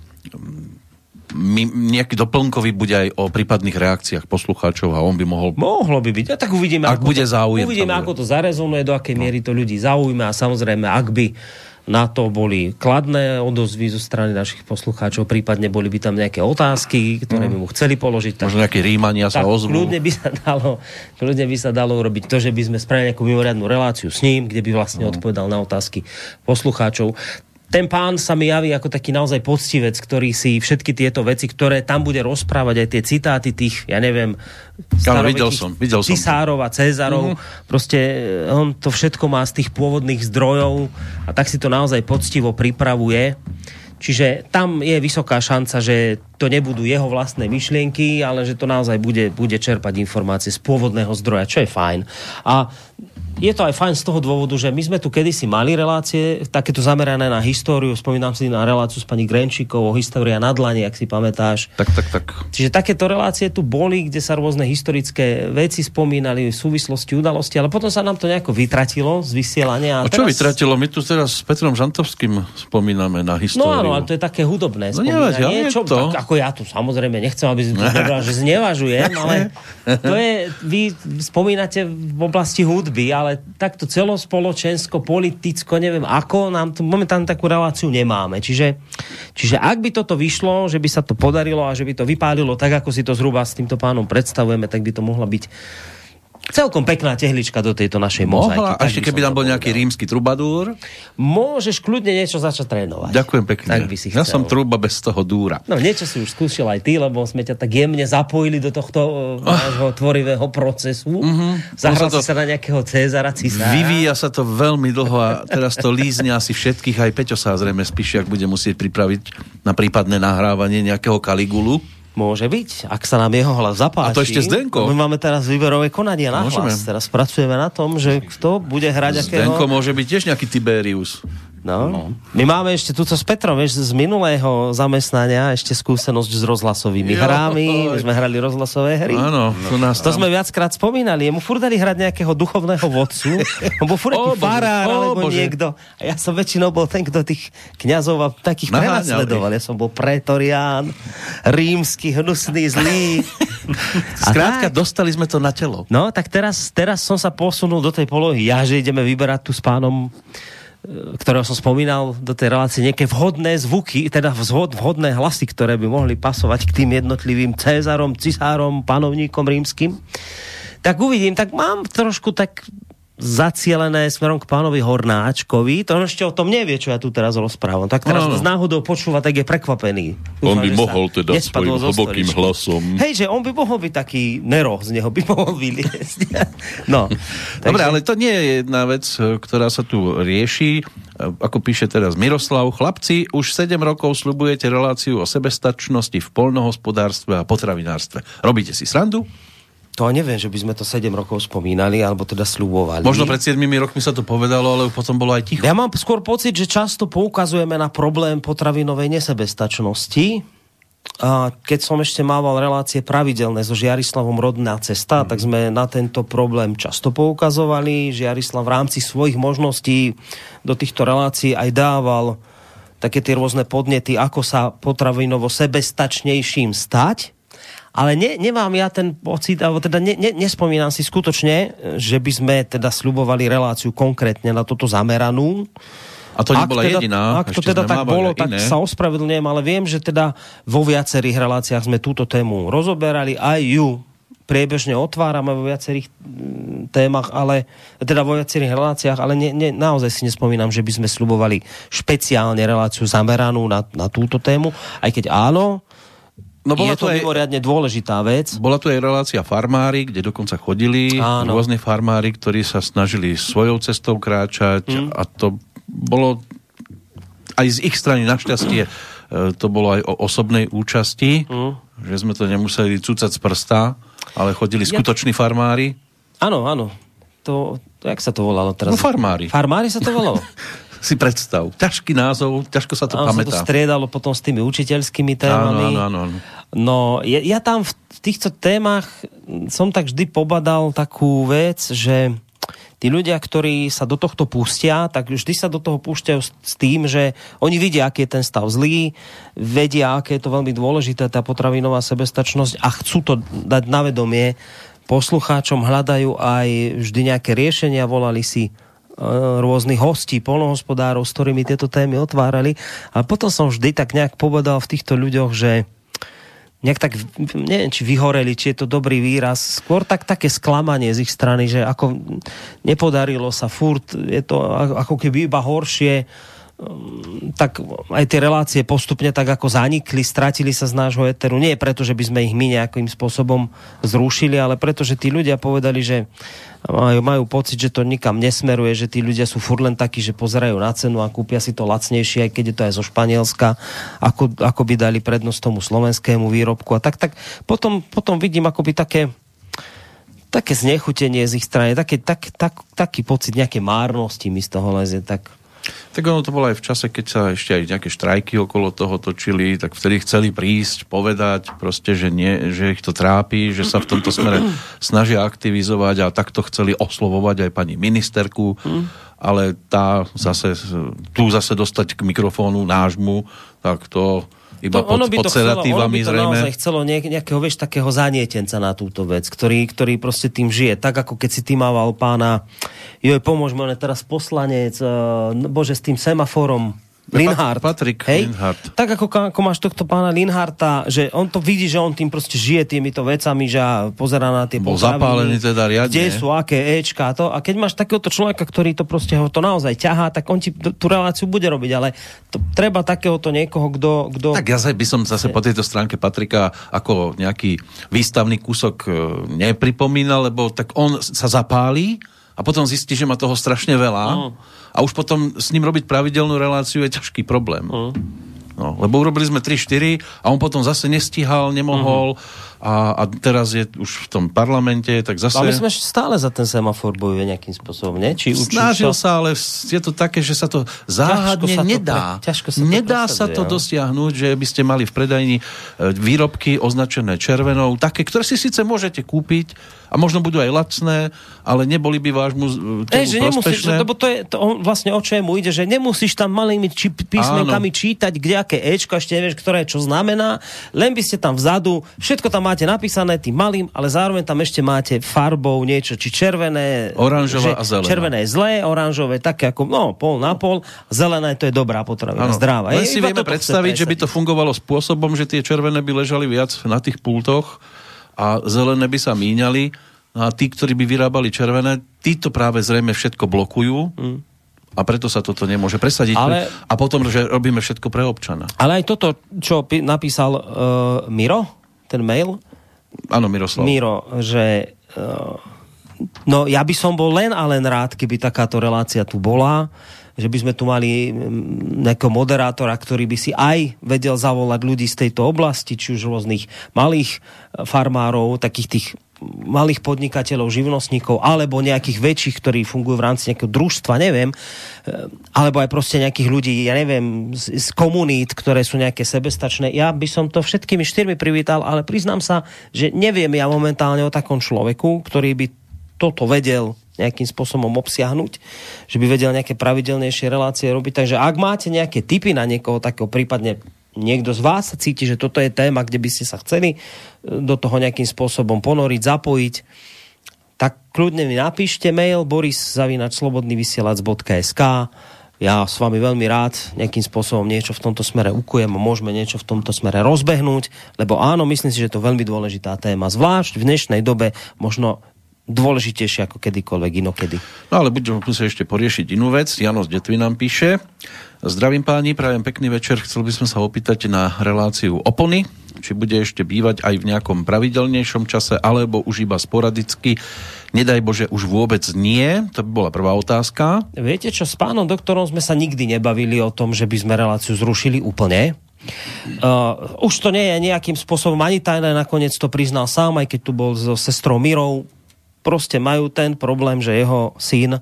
my, nejaký doplnkový bude aj o prípadných reakciách poslucháčov a on by mohol... Mohlo by byť. A tak uvidíme, ak ako, bude záujem, to, uvidíme ako to zarezonuje, do akej miery to ľudí zaujíme a samozrejme, ak by na to boli kladné odozvy zo strany našich poslucháčov, prípadne boli by tam nejaké otázky, ktoré by mu chceli položiť. Tak, možno nejaké Rímania sa ozvú. Kľudne by sa dalo, kľudne by sa dalo urobiť to, že by sme spravili nejakú mimoriadnu reláciu s ním, kde by vlastne odpovedal na otázky poslucháčov. Ten pán sa mi javí ako taký naozaj poctivec, ktorý si všetky tieto veci, ktoré tam bude rozprávať, aj tie citáty tých, ja neviem, starovekých cisárov a Cézarov, mm-hmm. proste on to všetko má z tých pôvodných zdrojov a tak si to naozaj poctivo pripravuje. Čiže tam je vysoká šanca, že to nebudú jeho vlastné myšlienky, ale že to naozaj bude, bude čerpať informácie z pôvodného zdroja, čo je fajn. A je to aj fajn z toho dôvodu, že my sme tu kedysi mali relácie, takéto zamerané na históriu, spomínam si na reláciu s pani Grenčíkovou, História na dlani, ak si pamätáš. Tak, tak, tak. Čiže takéto relácie tu boli, kde sa rôzne historické veci spomínali v súvislosti udalosti, ale potom sa nám to nejako vytratilo z vysielania. A, a čo teraz... vytratilo? My tu teraz s Petrom Žantovským spomíname na históriu. No áno, ale to je také hudobné no, spomínanie. Nevadí, čo, to. Tak, ako ja tu samozrejme nechcem, aby si to nebral, že znevažujem, ale to je, vy spomínate v oblasti hudby, ale takto celospoločensko, politicko, neviem ako, nám tu momentálne takú reláciu nemáme. Čiže, čiže ak by toto vyšlo, že by sa to podarilo a že by to vypálilo tak, ako si to zhruba s týmto pánom predstavujeme, tak by to mohla byť celkom pekná tehlička do tejto našej mozaiky. Mohla, a ešte keby tam bol nejaký rímsky trubadúr. Môžeš kľudne niečo začať trénovať. Ďakujem pekne. Tak by si chcel. Ja som truba bez toho dúra. No niečo si už skúšil aj ty, lebo sme ťa tak jemne zapojili do tohto oh. nášho tvorivého procesu. Mm-hmm. Zahral si sa na nejakého Cézara, cisára. Vyvíja sa to veľmi dlho a teraz to lízne asi všetkých. Aj Peťo sa zrejme spíši, ak bude musieť pripraviť na prípadné nahrávanie nejakého Kaligulu. Môže byť, ak sa nám jeho hlas zapáči. A to ešte Zdenko. My máme teraz výberové konanie na Môžeme. hlas. Teraz pracujeme na tom, že kto bude hrať akého... Zdenko môže byť tiež nejaký Tiberius. No. no. My máme ešte túto s Petrom, vieš, z minulého zamestnania ešte skúsenosť s rozhlasovými jo, hrami. My sme hrali rozhlasové hry. Áno. No. To tam... sme viackrát spomínali. Jemu furt dali hrať nejakého duchovného vodcu. On bol furt nejaký farár alebo Bože. niekto. A ja som väčšinou bol ten, kto tých kňazov a takých prenasledoval. Ja som bol pretorián, rímsky, hnusný, zlý. Skrátka, dostali sme to na telo. No, tak teraz, teraz som sa posunul do tej polohy. Ja, že ideme vyberať tu s pánom ktorého som spomínal do tej relácie, nejaké vhodné zvuky, teda vhodné hlasy, ktoré by mohli pasovať k tým jednotlivým Cézarom, cisárom, panovníkom rímskym, tak uvidím, tak mám trošku tak zacielené smerom k pánovi Hornáčkovi. To on ešte o tom nevie, čo ja tu teraz rozprávam. Tak teraz no, no. z náhodou počúva, tak je prekvapený. On by mohol teda svojím hlbokým hlasom. Hej, že on by mohol byť taký Nero, z neho by mohol vyliesť. No. Dobre, takže... ale to nie je jedna vec, ktorá sa tu rieši. Ako píše teraz Miroslav, chlapci, už sedem rokov sľubujete reláciu o sebestačnosti v poľnohospodárstve a potravinárstve. Robíte si srandu? To neviem, že by sme to sedem rokov spomínali, alebo teda sľubovali. Možno pred siedmimi rokmi sa to povedalo, ale potom bolo aj ticho. Ja mám skôr pocit, že často poukazujeme na problém potravinovej nesebestačnosti. A keď som ešte mával relácie pravidelné so Žiarislavom Rodná cesta, mm. tak sme na tento problém často poukazovali. Žiarislav v rámci svojich možností do týchto relácií aj dával také tie rôzne podnety, ako sa potravinovo sebestačnejším stať. Ale ne, nemám ja ten pocit, alebo teda ne, ne, nespomínam si skutočne, že by sme teda sľubovali reláciu konkrétne na toto zameranú. A to nebola teda, jediná. Ak to teda tak bolo, tak sa ospravedlňujem, ale viem, že teda vo viacerých reláciách sme túto tému rozoberali, aj ju priebežne otvárame vo viacerých témach, ale teda vo viacerých reláciách, ale ne, ne, naozaj si nespomínam, že by sme sľubovali špeciálne reláciu zameranú na, na túto tému, aj keď áno, no bola je to aj, mimoriadne dôležitá vec. Bola tu aj relácia farmári, kde dokonca chodili Áno. rôzne farmári, ktorí sa snažili svojou cestou kráčať mm. a to bolo aj z ich strany našťastie to bolo aj o osobnej účasti, mm. že sme to nemuseli cucať z prsta, ale chodili ja... skutoční farmári. Áno, áno. To, to, jak sa to volalo teraz? No farmári. Farmári sa to volalo? Si predstav. Ťažký názov, ťažko sa to áno, pamätá. Áno, sa to striedalo potom s tými učiteľskými témami. Áno, áno, áno. No, ja, ja tam v týchto témach som tak vždy pobadal takú vec, že tí ľudia, ktorí sa do tohto pustia, tak vždy sa do toho púšťajú s tým, že oni vidia, aký je ten stav zlý, vedia, aké je to veľmi dôležité, tá potravinová sebestačnosť a chcú to dať na vedomie poslucháčom, hľadajú aj vždy nejaké riešenia, volali si rôznych hostí, poľnohospodárov, s ktorými tieto témy otvárali. A potom som vždy tak nejak pobadal v týchto ľuďoch, že nejak tak, neviem, či vyhoreli, či je to dobrý výraz, skôr tak také sklamanie z ich strany, že ako nepodarilo sa furt, je to ako keby iba horšie, tak aj tie relácie postupne tak ako zanikli, stratili sa z nášho éteru. Nie preto, že by sme ich my nejakým spôsobom zrušili, ale preto, že tí ľudia povedali, že majú, majú pocit, že to nikam nesmeruje, že tí ľudia sú furt len takí, že pozerajú na cenu a kúpia si to lacnejšie, aj keď je to aj zo Španielska, ako, ako by dali prednosť tomu slovenskému výrobku. A tak, tak potom, potom vidím akoby také také znechutenie z ich strany, také, tak, tak, taký pocit nejaké márnosti mi z toho lezie, tak Tak ono to bolo aj v čase, keď sa ešte aj nejaké štrajky okolo toho točili, tak vtedy chceli prísť, povedať proste, že, nie, že ich to trápi, že sa v tomto smere snažia aktivizovať a takto chceli oslovovať aj pani ministerku, ale tá zase, tu zase dostať k mikrofónu nášmu, tak to iba to, pod, pod sedatívami zrejme. Ono by to naozaj chcelo nejakého, vieš, takého zanietenca na túto vec, ktorý, ktorý proste tým žije. Tak ako keď si ty mával pána, joj, pomôžme, on je teraz poslanec, uh, bože, s tým semaforom, Linhart. Patrik hej? Linhart. Tak ako, ako máš tohto pána Linharta, že on to vidí, že on tým proste žije týmito vecami, že pozerá na tie bol zapálený teda riadne. Kde sú, aké Ečka a to. A keď máš takéhoto človeka, ktorý to proste ho to naozaj ťahá, tak on ti tú reláciu bude robiť, ale to, treba takéhoto niekoho, kto... kto... Tak ja by som zase po tejto stránke Patrika ako nejaký výstavný kúsok nepripomínal, lebo tak on sa zapálí a potom zistí, že má toho strašne veľa mm. a už potom s ním robiť pravidelnú reláciu je ťažký problém. Mm. No, lebo urobili sme tri štyri a on potom zase nestíhal, nemohol mm. a, a teraz je už v tom parlamente, tak zase... Ale my sme stále za ten semafor bojuje nejakým spôsobom, nie? Či Snažil to... sa, ale je to také, že sa to záhadne sa nedá. To pre... sa nedá to sa to dosiahnuť, že by ste mali v predajni výrobky označené červenou, také, ktoré si síce môžete kúpiť a možno budú aj lacné, ale neboli by vášmu telu Ej, prospešné. Nemusíš, lebo to je to vlastne o čemu ide, že nemusíš tam malými či, písmenkami Áno. čítať, kde aké Ečko, ešte nevieš, ktoré čo znamená, len by ste tam vzadu, všetko tam máte napísané tým malým, ale zároveň tam ešte máte farbou niečo, či červené, oranžová a zelená. Červené je zlé, oranžové také ako, no, pol na pol, zelené to je dobrá potravina, zdravá. Len si vieme predstaviť, že by to fungovalo spôsobom, že tie červené by ležali viac na tých pultoch a zelené by sa míňali. A tí, ktorí by vyrábali červené, títo práve zrejme všetko blokujú mm. a preto sa toto nemôže presadiť. Ale... A potom, že robíme všetko pre občana. Ale aj toto, čo napísal uh, Miro, ten mail. Áno, Miroslav. Miro, že uh, no ja by som bol len a len rád, keby takáto relácia tu bola, že by sme tu mali nejakého moderátora, ktorý by si aj vedel zavolať ľudí z tejto oblasti, či už rôznych malých farmárov, takých tých malých podnikateľov, živnostníkov, alebo nejakých väčších, ktorí fungujú v rámci nejakého družstva, neviem, alebo aj proste nejakých ľudí, ja neviem, z, z komunít, ktoré sú nejaké sebestačné. Ja by som to všetkými štyrmi privítal, ale priznám sa, že neviem ja momentálne o takom človeku, ktorý by toto vedel nejakým spôsobom obsiahnuť, že by vedel nejaké pravidelnejšie relácie robiť. Takže ak máte nejaké tipy na niekoho takého, prípadne niekto z vás sa cíti, že toto je téma, kde by ste sa chceli do toho nejakým spôsobom ponoriť, zapojiť, tak kľudne mi napíšte mail boris zavináč slobodný vysielač bodka es ká. Ja s vami veľmi rád nejakým spôsobom niečo v tomto smere ukujem a môžeme niečo v tomto smere rozbehnúť, lebo áno, myslím si, že to je veľmi dôležitá téma, zvlášť v dnešnej dobe možno dôležitejšie ako kedykoľvek inokedy. No ale budeme musieť ešte poriešiť inú vec. Jano z Detvy nám píše: zdravím páni, prajem pekný večer. Chcel by som sa opýtať na reláciu Opony, či bude ešte bývať aj v nejakom pravidelnejšom čase, alebo už iba sporadicky. Nedaj Bože, už vôbec nie. To by bola prvá otázka. Viete čo, s pánom doktorom sme sa nikdy nebavili o tom, že by sme reláciu zrušili úplne. Uh, už to nie je nejakým spôsobom ani tajné, nakoniec to priznal sám, aj keď tu bol so sestrou Mirou. Proste majú ten problém, že jeho syn uh,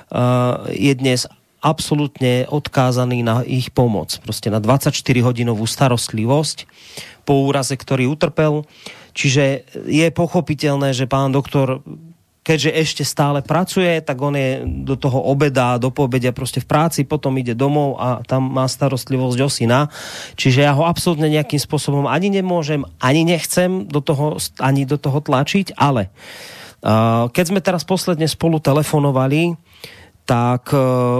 je dnes absolútne odkázaný na ich pomoc. Proste na dvadsaťštyri hodinovú starostlivosť po úraze, ktorý utrpel. Čiže je pochopiteľné, že pán doktor, keďže ešte stále pracuje, tak on je do toho obeda, do poobedia proste v práci, potom ide domov a tam má starostlivosť o syna. Čiže ja ho absolútne nejakým spôsobom ani nemôžem, ani nechcem do toho, ani do toho tlačiť, ale keď sme teraz posledne spolu telefonovali, tak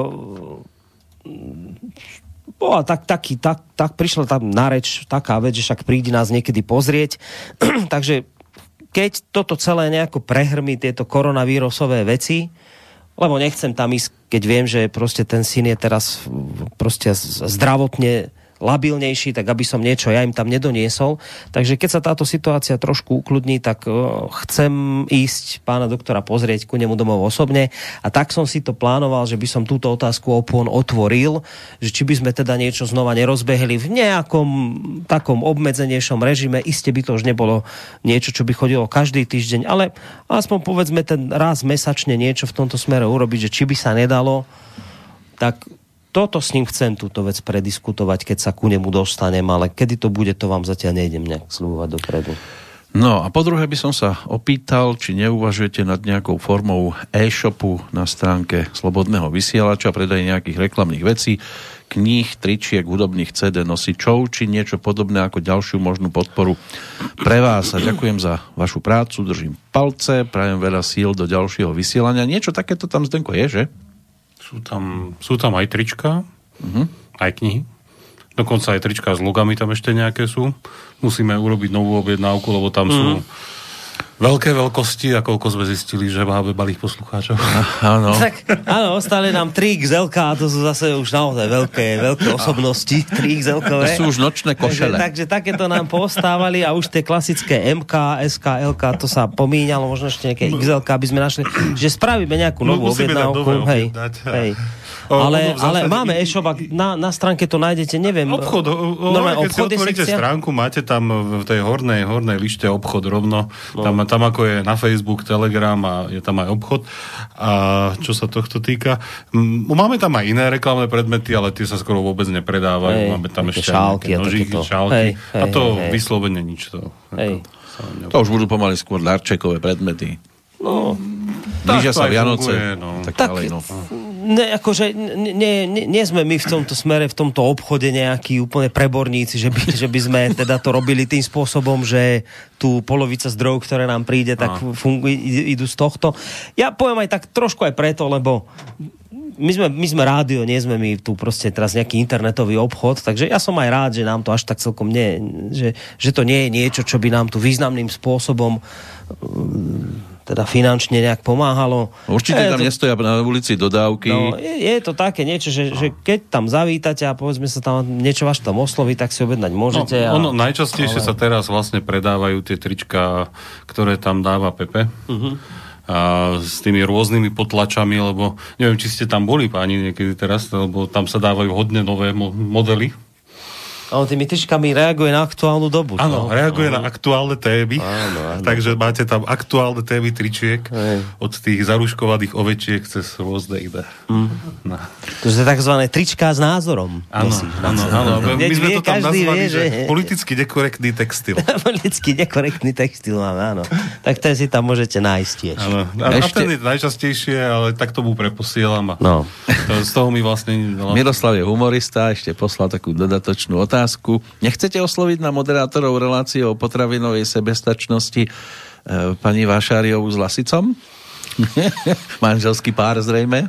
bola tak, taký, tak, tak prišla tam na reč taká vec, že však príde nás niekedy pozrieť. Takže keď toto celé nejako prehrmí tieto koronavírusové veci, lebo nechcem tam ísť, keď viem, že proste ten syn je teraz proste zdravotne labilnejší, tak aby som niečo ja im tam nedoniesol. Takže keď sa táto situácia trošku ukludní, tak uh, chcem ísť pána doktora pozrieť ku nemu domov osobne a tak som si to plánoval, že by som túto otázku opon otvoril, že či by sme teda niečo znova nerozbehli v nejakom takom obmedzenejšom režime. Iste by to už nebolo niečo, čo by chodilo každý týždeň, ale aspoň povedzme ten raz mesačne niečo v tomto smere urobiť, že či by sa nedalo, tak toto s ním chcem túto vec prediskutovať, keď sa ku nemu dostanem, ale kedy to bude, to vám zatiaľ nejdem nejak sľubovať dopredu. No a po druhé by som sa opýtal, či neuvažujete nad nejakou formou e-shopu na stránke Slobodného vysielača, predaj nejakých reklamných vecí, kníh, tričiek, hudobných cé dé nosičov, či niečo podobné ako ďalšiu možnú podporu pre vás. A ďakujem za vašu prácu, držím palce, prajem veľa síl do ďalšieho vysielania. Niečo takéto tam, Zdenko, je, že? Sú tam, sú tam aj trička, uh-huh. aj knihy. Dokonca aj trička s logami tam ešte nejaké sú. Musíme urobiť novú objednávku, lebo tam uh-huh. sú veľké veľkosti, a koľko sme zistili, že máme malých poslucháčov. Áno. Tak, áno, ostali nám tri iks elka a to sú zase už naozaj veľké, veľké osobnosti, tri iks elkové. To sú už nočné košele. Takže, takže takéto nám postávali a už tie klasické em ká, es ká, el ká, to sa pomíňalo, možno ešte nejaké iks elka, aby sme našli, že spravíme nejakú novú no, objednávku. Hej, hej. O, ale, ale máme e-shop, na, na stránke to nájdete, neviem. Obchod, o, o, normálne, keď obchod si otvoríte stránku, máte tam v tej hornej, hornej lište obchod rovno, no. tam, tam ako je na Facebook, Telegram a je tam aj obchod. A čo sa tohto týka, máme tam aj iné reklamné predmety, ale tie sa skoro vôbec nepredávajú. Hej, máme tam ešte šálky, nejaké nožíky, šálky. Hej, hej, a to hej, vyslovene nič to. Hej. To už budú pomaly skôr darčekové predmety. No, blížia sa Vianoce. No. Tak, tak ďalej, no. Ne, akože nie, nie, nie sme my v tomto smere, v tomto obchode nejakí úplne preborníci, že by, že by sme teda to robili tým spôsobom, že tu polovica zdrojov, ktoré nám príde, tak fungu, idú z tohto. Ja poviem aj tak trošku aj preto, lebo my sme, my sme rádio, nie sme my tu proste teraz nejaký internetový obchod, takže ja som aj rád, že nám to až tak celkom nie, že, že to nie je niečo, čo by nám tu významným spôsobom teda finančne nejak pomáhalo. Určite tam to, nestoja na ulici dodávky. No, je, je to také niečo, že, že keď tam zavítate a povedzme sa tam niečo vás tam osloví, tak si objednať môžete. No, ono, a, najčastejšie ale... sa teraz vlastne predávajú tie trička, ktoré tam dáva Pepe. Uh-huh. A s tými rôznymi potlačami, lebo neviem, či ste tam boli, páni, niekedy teraz, lebo tam sa dávajú hodne nové mo- modely. A on tými tyčkami reaguje na aktuálnu dobu. Áno, reaguje áno. na aktuálne témy. Áno, áno. Takže máte tam aktuálne témy tričiek Aj. od tých zaruškovaných ovečiek cez rôzne iné. Mm. No. To je takzvané trička s názorom. Áno, áno, áno. My sme to tam nazvali, vie, že politicky nekorektný textil. Politicky nekorektný textil máme, áno. Tak ten si tam môžete nájsť tiež. Áno. A, Ešte... a ten je najčastejšie, ale tak tomu preposielam. A no. to, z toho mi vlastne... Miroslav je humorista, ešte poslal takú dodatočnú otázku. Otázku. Nechcete osloviť na moderátorov relácie o potravinovej sebestačnosti e, pani Vášáriovú s Lasicom? Manželský pár zrejme?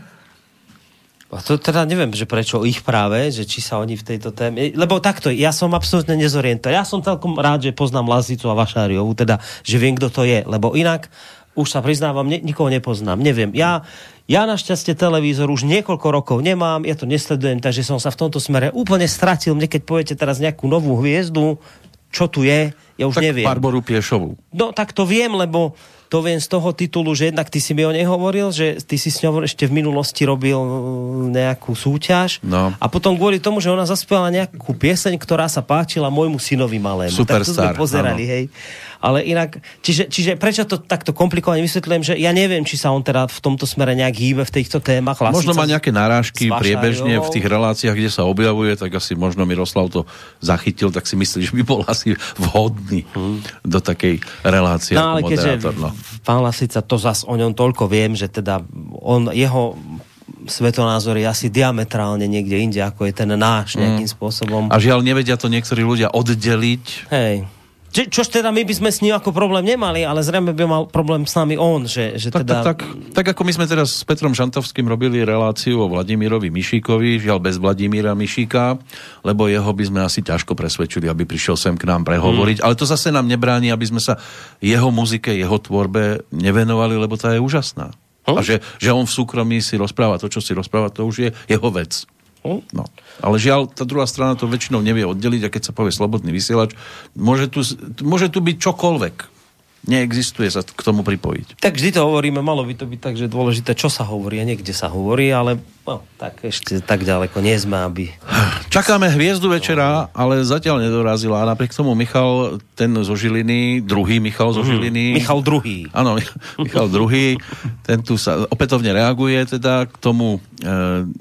A to teda neviem, že prečo ich práve, že či sa oni v tejto téme... Lebo takto, ja som absolútne nezorientovaný. Ja som celkom rád, že poznám Lasicu a Vášáriovú, teda, že viem, kto to je. Lebo inak, už sa priznávam, ne, nikoho nepoznám. Neviem. Ja... Ja našťastie televízor už niekoľko rokov nemám, ja to nesledujem, takže som sa v tomto smere úplne stratil. Mne keď poviete teraz nejakú novú hviezdu, čo tu je, ja už tak neviem. Barboru Piešovú. No tak to viem, lebo to viem z toho titulu, že jednak ty si mi o nej hovoril, že ty si s ňou ešte v minulosti robil nejakú súťaž no. a potom kvôli tomu, že ona zaspievala nejakú pieseň, ktorá sa páčila môjmu synovi malému. Superstar. Tak to sme pozerali, áno. Hej. Ale inak, čiže, čiže prečo to takto komplikovane vysvetľujem, že ja neviem, či sa on teda v tomto smere nejak hýbe v týchto témach. Lasica, možno má nejaké narážky priebežne v tých reláciách, kde sa objavuje, tak asi možno Miroslav to zachytil, tak si myslí, že by bol asi vhodný hmm. do takej relácie no, ako moderátor. No. Pán Lasica, to zas o ňom toľko viem, že teda on, jeho svetonázor je asi diametrálne niekde inde, ako je ten náš nejakým mm. spôsobom. A žiaľ, nevedia to niektorí ľudia oddeliť. Hej. Či, čož teda my by sme s ním ako problém nemali, ale zrejme by mal problém s nami on, že, že tak, teda... Tak, tak, tak ako my sme teraz s Petrom Šantovským robili reláciu o Vladimírovi Mišíkovi, žiaľ bez Vladimíra Mišíka, lebo jeho by sme asi ťažko presvedčili, aby prišiel sem k nám prehovoriť, mm. ale to zase nám nebráni, aby sme sa jeho muzike, jeho tvorbe nevenovali, lebo tá je úžasná. Hm? A že, že on v súkromí si rozpráva to, čo si rozpráva, to už je jeho vec. No. Ale žiaľ, tá druhá strana to väčšinou nevie oddeliť a keď sa povie slobodný vysielač, môže tu, môže tu byť čokoľvek. Neexistuje sa k tomu pripojiť. Tak vždy to hovoríme, malo by to byť tak, že dôležité, čo sa hovorí a niekde sa hovorí, ale no, tak ešte tak ďaleko nie sme, aby... Čakáme hviezdu večera, ale zatiaľ nedorazila. A napriek tomu Michal, ten zo Žiliny, druhý Michal zo Žiliny... Mm, Michal druhý. Áno, Michal druhý, ten tu sa opätovne reaguje teda k tomu... E,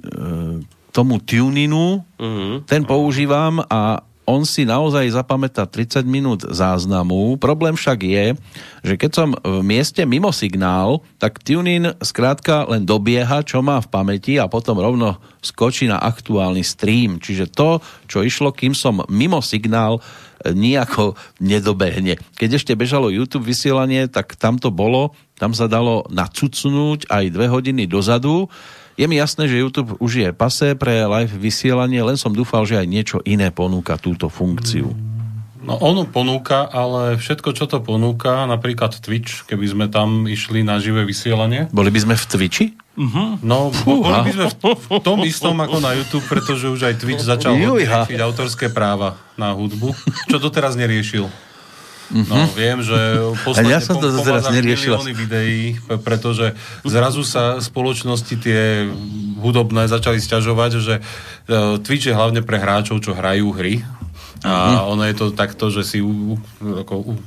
e, tomu tuninu, uh-huh. ten používam a on si naozaj zapamätá tridsať minút záznamu. Problém však je, že keď som v mieste mimo signál, tak tunin skrátka len dobieha, čo má v pamäti a potom rovno skočí na aktuálny stream. Čiže to, čo išlo, kým som mimo signál, nijako nedobehne. Keď ešte bežalo YouTube vysielanie, tak tam to bolo, tam sa dalo nacucnúť aj dve hodiny dozadu. Je mi jasné, že YouTube už je pasé pre live vysielanie, len som dúfal, že aj niečo iné ponúka túto funkciu. No ono ponúka, ale všetko, čo to ponúka, napríklad Twitch, keby sme tam išli na živé vysielanie. Boli by sme v Twitchi? Uh-huh. No, boli by sme v, v tom istom ako na YouTube, pretože už aj Twitch začal riešiť autorské práva na hudbu, čo doteraz neriešil. Mm-hmm. No, viem, že posledne ja som to pomazali milióny videí, pretože zrazu sa spoločnosti tie hudobné začali sťažovať, že Twitch je hlavne pre hráčov, čo hrajú hry. A mm-hmm. ono je to takto, že si u, ako, u,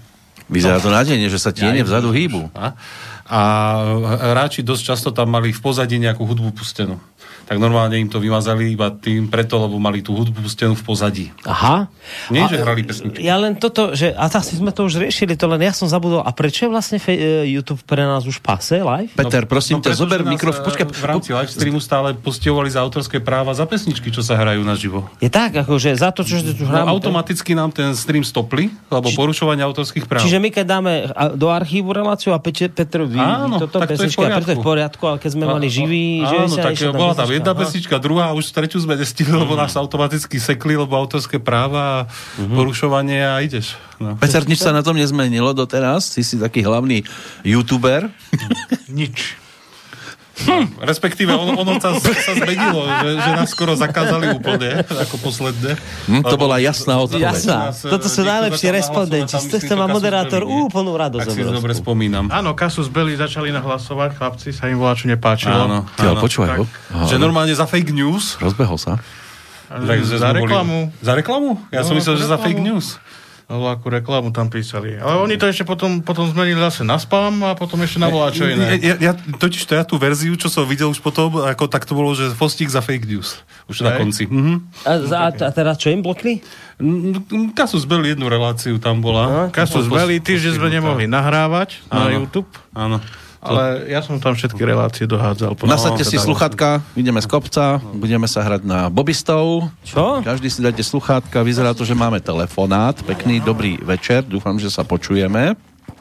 Vyzerá to nádejne, že sa tiene vzadu hýbu. A, a hráči dosť často tam mali v pozadí nejakú hudbu pustenú. Tak normálne im to vymazali iba tým preto, lebo mali tú hudbu pustenú v pozadí. Aha. Nie, A, že hrali pesničky. Ja len toto, že, a asi sme to už riešili, to len ja som zabudol. A prečo je vlastne fe, YouTube pre nás už pase live? Peter, prosím no, ťa, zober mikrofón. Počkaj. V rámci live streamu stále postihovali za autorské práva za pesničky, čo sa hrajú naživo. Je tak, akože za to, čo tu hráme... No, automaticky nám ten stream stopli, lebo Či... porušovanie autorských práv. Čiže my keď dáme do archívu reláciu a Peter, Petr vy, áno, toto tak to pesnička, je preto je v poriadku, ale keď sme mali živý... Áno, že tak bola tam jedna pesnička, druhá a už tretiu sme nestihli, lebo nás automaticky sekli, lebo autorské práva a uh-huh. porušovanie a ideš. No. Peter, nič sa na tom nezmenilo doteraz? Ty si taký hlavný youtuber? Nič. Hm. Respektíve ono, ono sa, sa zmenilo, že, že nás skoro zakázali úplne, ako posledné. Hm, to bola jasná odpoveď. Jasná. Toto sú najlepší respondenti. Z toho má moderátor úplnú radosť. Ak si dobre spomínam. Áno, Kasus Belli začali nahlasovať, chlapci, sa im volá, čo nepáčilo. Áno, áno. Počúvaj ho. Že normálne za fake news. Rozbehol sa. Za reklamu. Za reklamu? Ja som myslel, že za fake news. No, akú reklamu tam písali. Ale oni to ešte potom, potom zmenili zase na spam a potom ešte na volá čo iné. Ja, ja, totiž to ja tú verziu, čo som videl už potom, ako tak to bolo, že postík za fake news. Už Hej. na konci. Mhm. A, za, a teraz čo im blokli? Kasus Belli jednu reláciu tam bola. Kasus Belli, týždeň sme nemohli nahrávať na áno. YouTube. Áno. Ale ja som tam všetky relácie dohádzal. Nasadte si sluchátka, ideme z kopca, budeme sa hrať na bobistov. Čo? Každý si dajte sluchátka, vyzerá to, že máme telefonát. Pekný, dobrý večer, dúfam, že sa počujeme.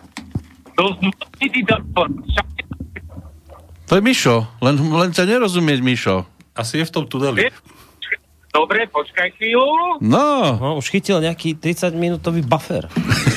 To je Mišo, len, len ťa nerozumieť, Mišo. Asi je v tom tuneli. Dobre, počkaj chvíľu. No. no. Už chytil nejaký tridsaťminútový buffer.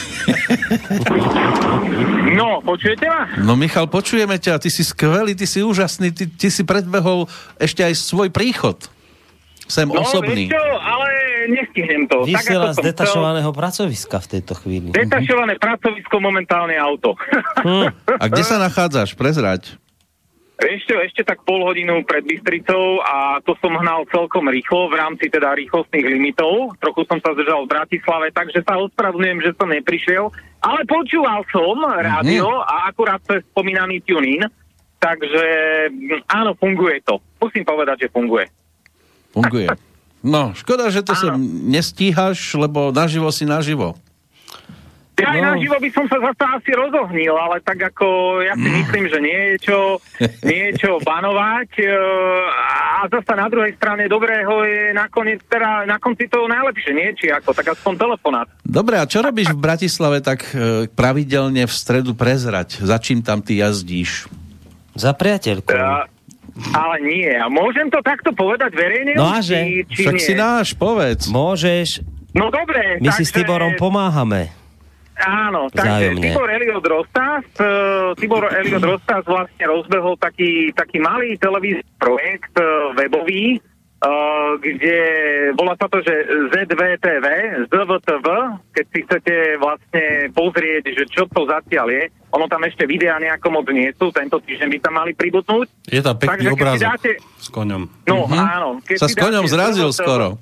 No, počujete ma? No Michal, počujeme ťa, ty si skvelý, ty si úžasný, ty, ty si predbehol ešte aj svoj príchod. Sem no, osobný. No, ale nestihnem to. Vysiela z detašovaného chcel... pracoviska v tejto chvíli. Detašované pracovisko, momentálne auto. Hm. A kde sa nachádzaš? Prezrať. Ešte, ešte tak pol hodinu pred Bystricou a to som hnal celkom rýchlo v rámci teda rýchlostných limitov. Trochu som sa zdržal v Bratislave, takže sa ospravedlňujem, že som neprišiel. Ale počúval som rádio mm-hmm. a akurát to je spomínaný tune-in, takže áno, funguje to. Musím povedať, že funguje. Funguje. No, škoda, že to sa nestíhaš, lebo naživo si naživo. Ja aj no. naživo by som sa zase asi rozohnil, ale tak ako ja si myslím, že niečo, niečo banovať a zase na druhej strane dobrého je nakoniec, teda na konci toho najlepšie, nie? Či ako, tak aspoň telefonát. Dobre, a čo robíš v Bratislave tak pravidelne v stredu prezrať? Za čím tam ty jazdíš? Za priateľkou. Ja, ale nie, a môžem to takto povedať verejne? No a že? Či, či Však nie? si náš, povedz. Môžeš. No dobre. My takže... si s Tiborom pomáhame. Áno, takže Vzájomne. Tibor Eliot Rostas, uh, Tibor Eliot Rostas vlastne rozbehol taký, taký malý televízny projekt uh, webový, uh, kde volá sa to, že zet vé té vé, zet vé té vé, keď si chcete vlastne pozrieť, že čo to zatiaľ je. Ono tam ešte videa nejako moc nie sú, tento týždeň by tam mali pribudnúť. Je tam pekný takže, obrázok dáte... s koňom. No, mhm. áno. Keď sa s koňom zrazil skoro.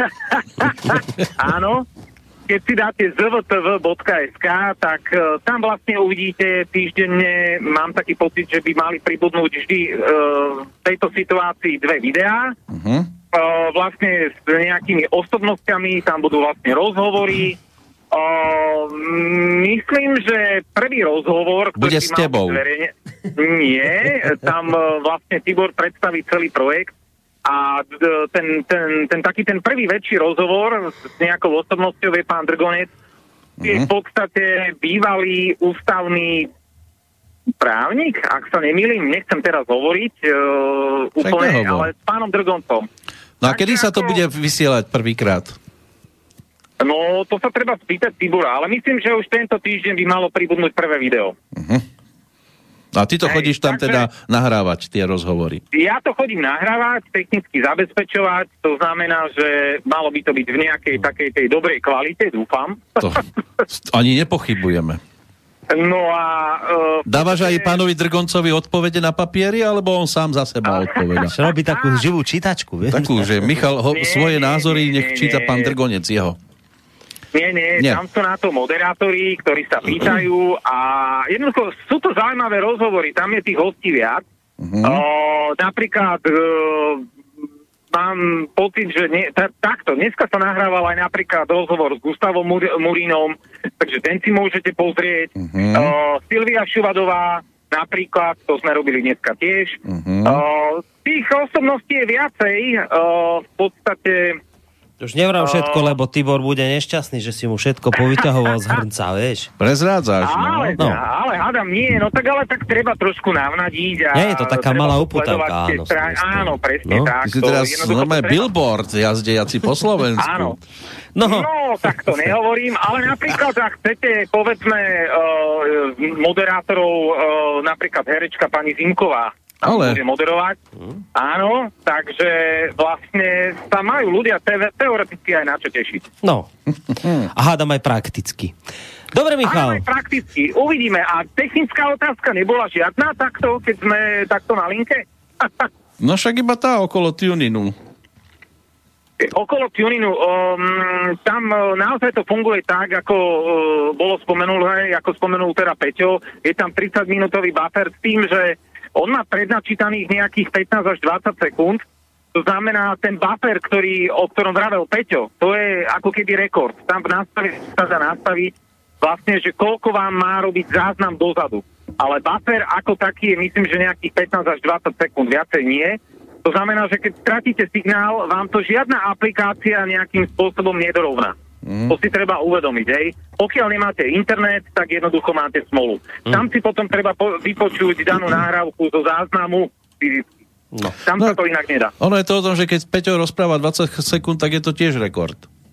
Áno. Keď si dáte zet vé té vé bodka es ká, tak uh, tam vlastne uvidíte týždenne, mám taký pocit, že by mali pribudnúť vždy uh, v tejto situácii dve videá. Uh-huh. Uh, vlastne s nejakými osobnostiami, tam budú vlastne rozhovory. Uh, myslím, že prvý rozhovor, ktorý bude s tebou. Zverejne... Nie, tam uh, vlastne Tibor predstaví celý projekt. A ten, ten, ten taký ten prvý väčší rozhovor s nejakou osobnosťou je pán Drgonec, mm-hmm. je v podstate bývalý ústavný právnik, ak sa nemýlim, nechcem teraz hovoriť uh, úplne, ale s pánom Drgoncom. No a kedy sa to bude vysielať prvýkrát? No, to sa treba spýtať Tibora, ale myslím, že už tento týždeň by malo pribudnúť prvé video. Uh-huh. A ty to Hej, chodíš tam takže, teda nahrávať, tie rozhovory? Ja to chodím nahrávať, technicky zabezpečovať, to znamená, že malo by to byť v nejakej takej tej dobrej kvalite, dúfam. To ani nepochybujeme. No a... Uh, Dávaš aj pánovi Drgoncovi odpovede na papieri, alebo on sám za seba odpoveda? Robí takú živú čítačku, vieš? Takú, že Michal ho, nie, svoje názory nie, nech nie, číta nie. pán Drgonec jeho. Nie, nie, nie, tam sú na to moderátori, ktorí sa pýtajú a jednoducho sú to zaujímavé rozhovory, tam je tých hostí viac. Uh-huh. O, napríklad e, mám pocit, že nie, t- takto, dneska sa nahrával aj napríklad rozhovor s Gustavom Mur- Murínom, takže ten si môžete pozrieť. Uh-huh. O, Silvia Šuvadová, napríklad, to sme robili dneska tiež. Uh-huh. O, tých osobností je viacej, o, v podstate... Už nevram všetko, lebo Tibor bude nešťastný, že si mu všetko povyťahoval z hrnca, vieš. Prezrádzaš, no. Ale, no. ale hádam, nie, no tak ale tak treba trošku navnadiť. A nie je to taká malá uputavka, áno. Strá... Áno, presne no. tak. Ty si teraz normálne treba... billboard jazdejaci po Slovensku. Áno. No. no, tak to nehovorím, ale napríklad, ak chcete, povedzme, uh, moderátorov, uh, napríklad herečka pani Zimková, ale bude moderovať. Hmm. Áno, takže vlastne sa majú ľudia te- teoreticky aj na čo tešiť. No. A hádam aj prakticky. Dobre, Michal. Hádam aj prakticky. Uvidíme. A technická otázka nebola žiadna takto, keď sme takto na linke? No však iba tá okolo tuninu. Okolo tuninu. Um, tam uh, naozaj to funguje tak, ako uh, bolo spomenulé, ako spomenul teda Peťo. Je tam tridsaťminútový buffer s tým, že on má prednačítaných nejakých pätnásť až dvadsať sekúnd. To znamená, ten buffer, ktorý, o ktorom vravel Peťo, to je ako keby rekord. Tam v nastaví sa dá nastaviť vlastne, že koľko vám má robiť záznam dozadu. Ale buffer ako taký je, myslím, že nejakých pätnásť až dvadsať sekúnd, viacej nie. To znamená, že keď stratíte signál, vám to žiadna aplikácia nejakým spôsobom nedorovná. Mm. To si treba uvedomiť, hej. Pokiaľ nemáte internet, tak jednoducho máte smolu. Mm. Tam si potom treba po- vypočuť danú nahrávku zo záznamu fyzicky. No. Tam no, sa to inak nedá. Ono je to o tom, že keď Peťo rozpráva dvadsať sekúnd, tak je to tiež rekord.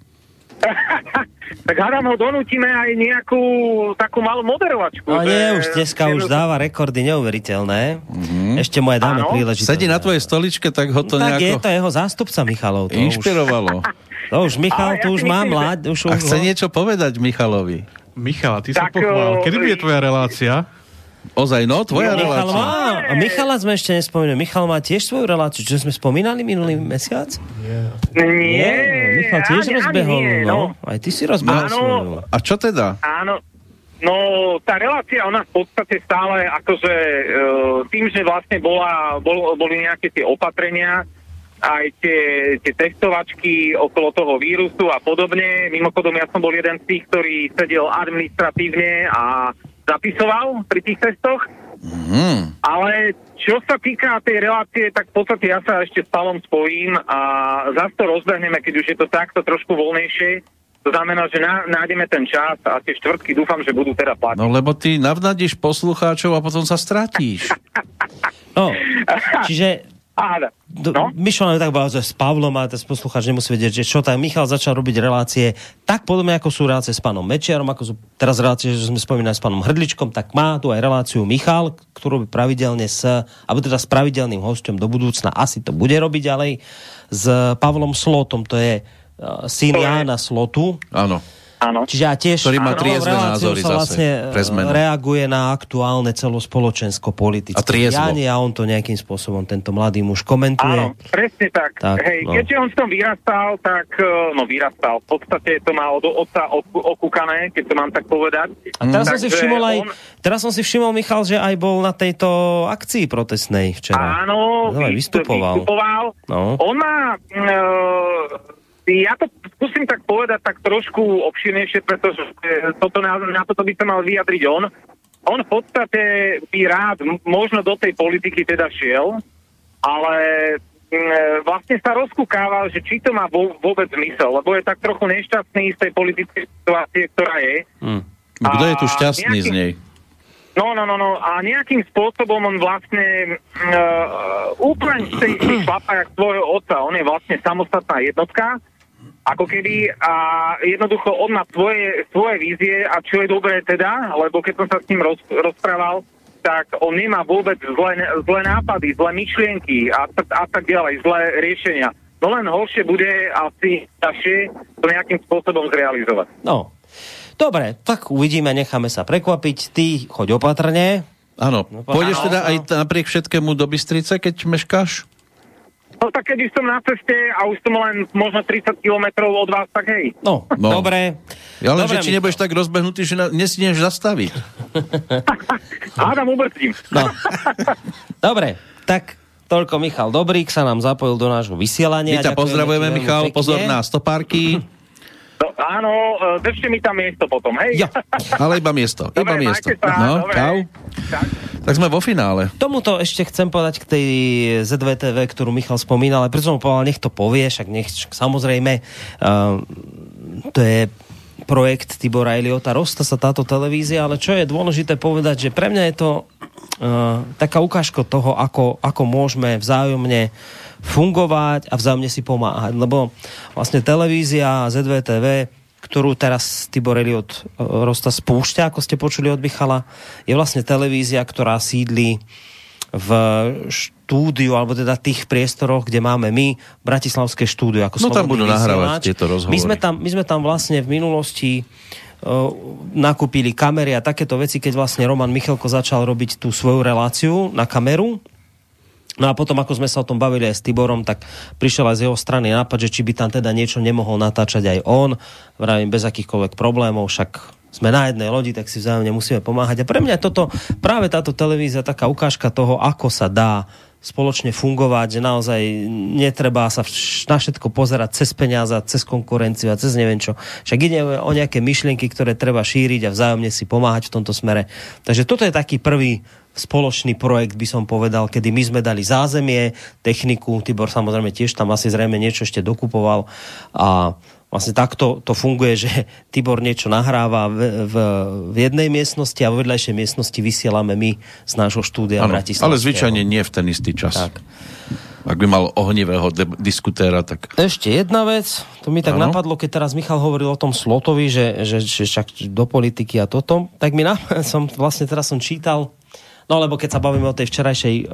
Tak hádam ho donútime aj nejakú takú malú moderovačku. No nie, už dneska už dáva rekordy neuveriteľné. Mm-hmm. Ešte mu aj dáme príležitosť. Sedí na tvojej stoličke, tak ho to tak nejako... Tak je to jeho zástupca, Michalov. To inšpirovalo. Už, to už Michal, to už ja má mláď. Už, a chce niečo povedať Michalovi. Michal, ty sa pochvál. Kedy bude tvoja relácia? Ozaj, no, tvoja no, Michal relácia. Má, a Michala sme ešte nespomenuli. Michal má tiež svoju reláciu, čo sme spomínali minulý mesiac? Nie. Nie, Michal tiež ani, rozbehol. Ani nie, no. no. Aj ty si rozbehol áno, svoju. A čo teda? Áno. No, tá relácia, ona v podstate stále akože tým, že vlastne bola, bol, boli nejaké tie opatrenia, aj tie, tie testovačky okolo toho vírusu a podobne. Mimochodom, ja som bol jeden z tých, ktorý sedel administratívne a zapisoval pri tých testoch. Mm. Ale čo sa týka tej relácie, tak v podstate ja sa ešte s Palom spojím a zase to rozbehneme, keď už je to takto trošku voľnejšie. To znamená, že ná, nájdeme ten čas a tie štvrtky dúfam, že budú teda platiť. No lebo ty navnadíš poslucháčov a potom sa stratíš. No, čiže... Áno. No? Myšlo nám tak bolo, že s Pavlom a ten poslucháč nemusí vedieť, že čo tak Michal začal robiť relácie tak podobne, ako sú relácie s pánom Mečiarom, ako sú teraz relácie, že sme spomínali s pánom Hrdličkom, tak má tu aj reláciu Michal, ktorú by pravidelne s, alebo teda s pravidelným hosťom do budúcna asi to bude robiť ďalej, s Pavlom Slotom, to je uh, syn Jána Slotu. Áno. Áno. Čiže a tiež ktorý má triezve názory sa zase. Vlastne reaguje na aktuálne celospoločensko-politické dianie a on to nejakým spôsobom tento mladý muž komentuje. Áno, presne tak. tak Hej, no. Keďže on v tom vyrastal, tak no vyrastal. V podstate to má od otca okúkané, keď to mám tak povedať. A teraz mm. som si všimol aj, on... teraz som si všimol, Michal, že aj bol na tejto akcii protestnej včera. Áno, no, vystupoval. vystupoval. No. On má... Uh, Ja to skúsim tak povedať tak trošku obširnejšie, pretože toto, na, na toto by sa mal vyjadriť on. On v podstate by rád možno do tej politiky teda šiel, ale m, vlastne sa rozkúkával, že či to má vo, vôbec zmysel, lebo je tak trochu nešťastný z tej politickej situácie, ktorá je. Hmm. Kto je tu šťastný nejaký... z nej? No, no, no, no. A nejakým spôsobom on vlastne uh, úplne z tej šlapa jak svojho otca. On je vlastne samostatná jednotka. Ako keby, a jednoducho on má svoje, svoje vízie a čo je dobré teda, lebo keď som sa s ním roz, rozprával, tak on nemá vôbec zlé, zlé nápady, zlé myšlienky a, a tak ďalej, zlé riešenia. No len horšie bude asi ťažšie to nejakým spôsobom zrealizovať. No, dobre, tak uvidíme, necháme sa prekvapiť. Ty choď opatrne. Áno, no, pôjdeš teda aj napriek všetkému do Bystrice, keď meškáš? O, No tak keď už som na ceste a už som len možno tridsať kilometrov od vás, tak hej. No, no. Dobre. Ja len, Dobre, že či nebudeš tak rozbehnutý, že na, nesmieš zastaviť. Hádam, ubrzdím. No. Dobre, tak toľko Michal Dobrík sa nám zapojil do nášho vysielania. My ťa pozdravujeme, Michal, pekne. Pozor na stopárky. No, áno, držte mi tam miesto potom, hej? Ja. Ale iba miesto, dobre, iba miesto. Sa, no, dobre. čau. Tak. Tak sme vo finále. Tomuto ešte chcem povedať k tej zet vé té vé, ktorú Michal spomínal, ale preto som povedal, nech to povie, však nech, samozrejme, uh, to je projekt Tibora Eliota, Rosta sa táto televízia, ale čo je dôležité povedať, že pre mňa je to uh, taká ukážka toho, ako, ako môžeme vzájomne fungovať a vzájomne si pomáhať, lebo vlastne televízia zet vé té vé, ktorú teraz Tibor Eliot Rosta spúšťa, ako ste počuli od Michala, je vlastne televízia, ktorá sídli v štúdiu, alebo teda tých priestoroch, kde máme my bratislavské štúdio, ako no tam budú nahrávať vysielač. Tieto rozhovory. My sme tam, my sme tam vlastne v minulosti uh, nakúpili kamery a takéto veci, keď vlastne Roman Michalko začal robiť tú svoju reláciu na kameru. No a potom, ako sme sa o tom bavili aj s Tiborom, tak prišiel aj z jeho strany nápad, že či by tam teda niečo nemohol natáčať aj on, vravím, bez akýchkoľvek problémov, však sme na jednej lodi, tak si vzájomne musíme pomáhať. A pre mňa toto, práve táto televízia, taká ukážka toho, ako sa dá spoločne fungovať, že naozaj netreba sa na všetko pozerať cez peniaze, cez konkurenciu a cez neviem čo. Však ide o nejaké myšlienky, ktoré treba šíriť a vzájomne si pomáhať v tomto smere. Takže toto je taký prvý spoločný projekt, by som povedal, kedy my sme dali zázemie, techniku, Tibor samozrejme tiež tam asi zrejme niečo ešte dokupoval a vlastne takto to funguje, že Tibor niečo nahráva v, v, v jednej miestnosti a vo vedľajšej miestnosti vysielame my z nášho štúdia Bratislavského. Ale zvyčajne nie v ten istý čas. Tak. Ak by mal ohnivého de- diskutéra, tak... Ešte jedna vec, to mi tak ano. napadlo, keď teraz Michal hovoril o tom Slotovi, že, že, že však do politiky a toto, tak mi na, som vlastne teraz som čítal. No lebo keď sa bavíme o tej včerajšej uh,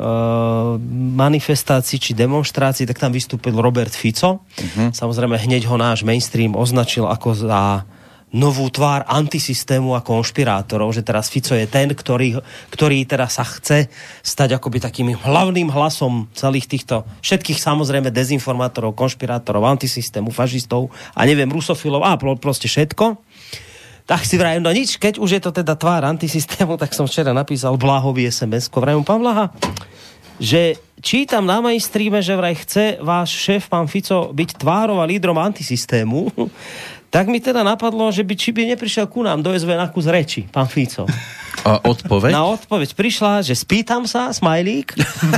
manifestácii či demonštrácii, tak tam vystúpil Robert Fico. Uh-huh. Samozrejme hneď ho náš mainstream označil ako za novú tvár antisystému a konšpirátorov, že teraz Fico je ten, ktorý, ktorý teraz sa chce stať akoby takým hlavným hlasom celých týchto všetkých samozrejme dezinformátorov, konšpirátorov, antisystému, fašistov a neviem, rusofilov a proste všetko. Tak si vrajím, no nič, keď už je to teda tvár antisystému, tak som včera napísal Blahovi es em esko. Vrajím, pán Blaha, že čítam na mainstreame, že vraj chce váš šéf, pán Fico, byť tvárou a lídrom antisystému, tak mi teda napadlo, že by, či by neprišiel ku nám do es vé na kus reči, pán Fico. A odpoveď? Na odpoveď prišla, že spýtam sa, smajlík.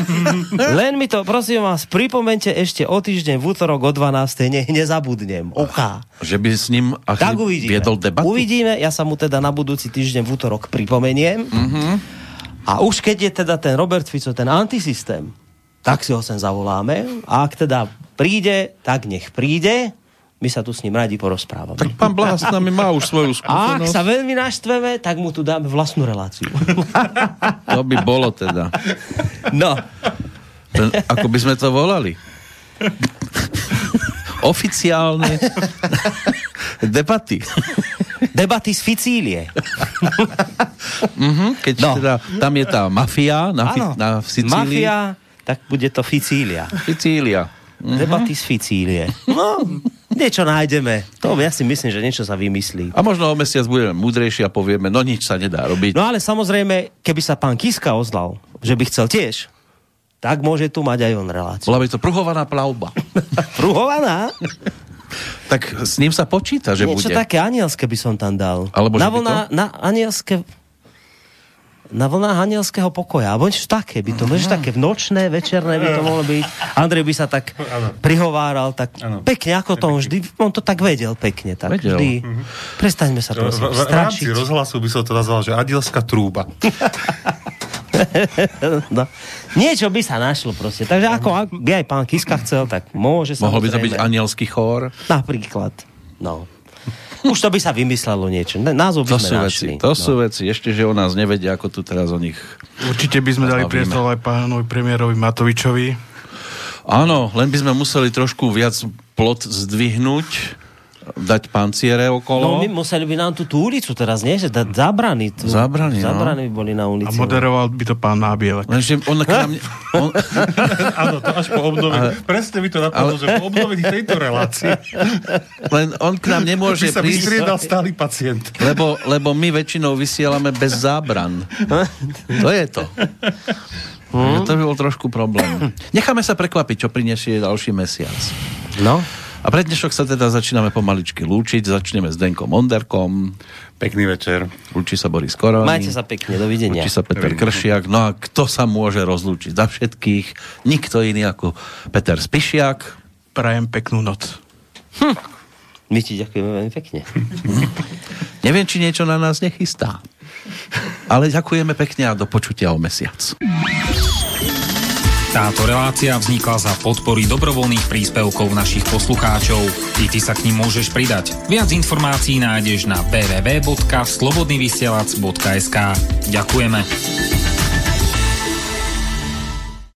Len mi to, prosím vás, pripomente ešte o týždeň v útorok o dvanástej, nech nezabudnem. Oká. Že by s ním tak viedol debatu? Uvidíme, ja sa mu teda na budúci týždeň v útorok pripomeniem. Uh-huh. A už keď je teda ten Robert Fico, ten antisystém, tak si ho sem zavoláme. A ak teda príde, tak nech príde. My sa tu s ním radi porozprávame. Tak pán Blaha s nami má už svoju skúsenosť. A ak sa veľmi naštveme, tak mu tu dáme vlastnú reláciu. To by bolo teda. No. Ten, ako by sme to volali? Oficiálne debaty. Debaty z Ficílie. uh-huh, keď no. teda tam je tá mafia na, fi, na Sicílii. Mafia, tak bude to Ficília. Ficília. Uh-huh. Debaty z Ficílie. No, niečo nájdeme. To ja si myslím, že niečo sa vymyslí. A možno o mesiac budeme múdrejší a povieme, no nič sa nedá robiť. No ale samozrejme, keby sa pán Kiska ozval, že by chcel tiež, tak môže tu mať aj on reláciu. Bola by to pruhovaná plavba. Pruhovaná? Tak s ním sa počíta, že niečo bude. Niečo také anielské by som tam dal. Alebo na že by vlna, to? Na anielské... Na vlnách anielského pokoja. Alebo niečo také by to, niečo také nočné, večerné by to mohlo byť. Andrej by sa tak ano. prihováral, tak ano. pekne, ako to on vždy, on to tak vedel pekne. Tak vedel. Vždy. Uh-huh. Prestaňme sa prosím v, v, v rámci rozhlasu by som to nazval, že anielská trúba. No. Niečo by sa našlo proste. Takže ako ak by aj pán Kiska chcel, tak môže sa... Mohol by to byť anielský chór? Napríklad. No. Už to by sa vymyslelo niečo. Názov by to sme sú našli. Veci, to no. sú veci. Ešte, že o nás nevedia, ako tu teraz o nich... Určite by sme dali priestor aj pánovi premiérovi Matovičovi. Áno, len by sme museli trošku viac plot zdvihnúť, dať panciere okolo. No my museli by nám tú, tú ulicu teraz, nie? Že dať zábrany. Tu, zábrany, no. Zábrany by boli na ulici. A moderoval by to pán Nábielek. Lenže on k nám... On... Áno, to až po obnovení. Ale... Presne by to napadlo, ale... že po obnovení tejto relácie. Len on k nám nemôže by sa prísť... vystriedal stály pacient. Lebo, lebo my väčšinou vysielame bez zábran. To je to. Hmm? To by bol trošku problém. Necháme sa prekvapiť, čo prinesie ďalší mesiac. No. A pre dnešok sa teda začíname pomaličky lúčiť. Začneme s Zdenkom Onderkom. Pekný večer. Lúči sa Boris Koroni. Majte sa pekne, dovidenia. Lúči sa Peter Kršiak. No a kto sa môže rozlúčiť za všetkých? Nikto iný ako Peter Spišiak. Prajem peknú noc. Hm. My ti ďakujeme veľmi pekne. Neviem, či niečo na nás nechystá. Ale ďakujeme pekne a do počutia o mesiac. Táto relácia vznikla za podpory dobrovoľných príspevkov našich poslucháčov. I ty sa k nim môžeš pridať. Viac informácií nájdeš na w w w bodka slobodnyvysielac bodka es ka. Ďakujeme.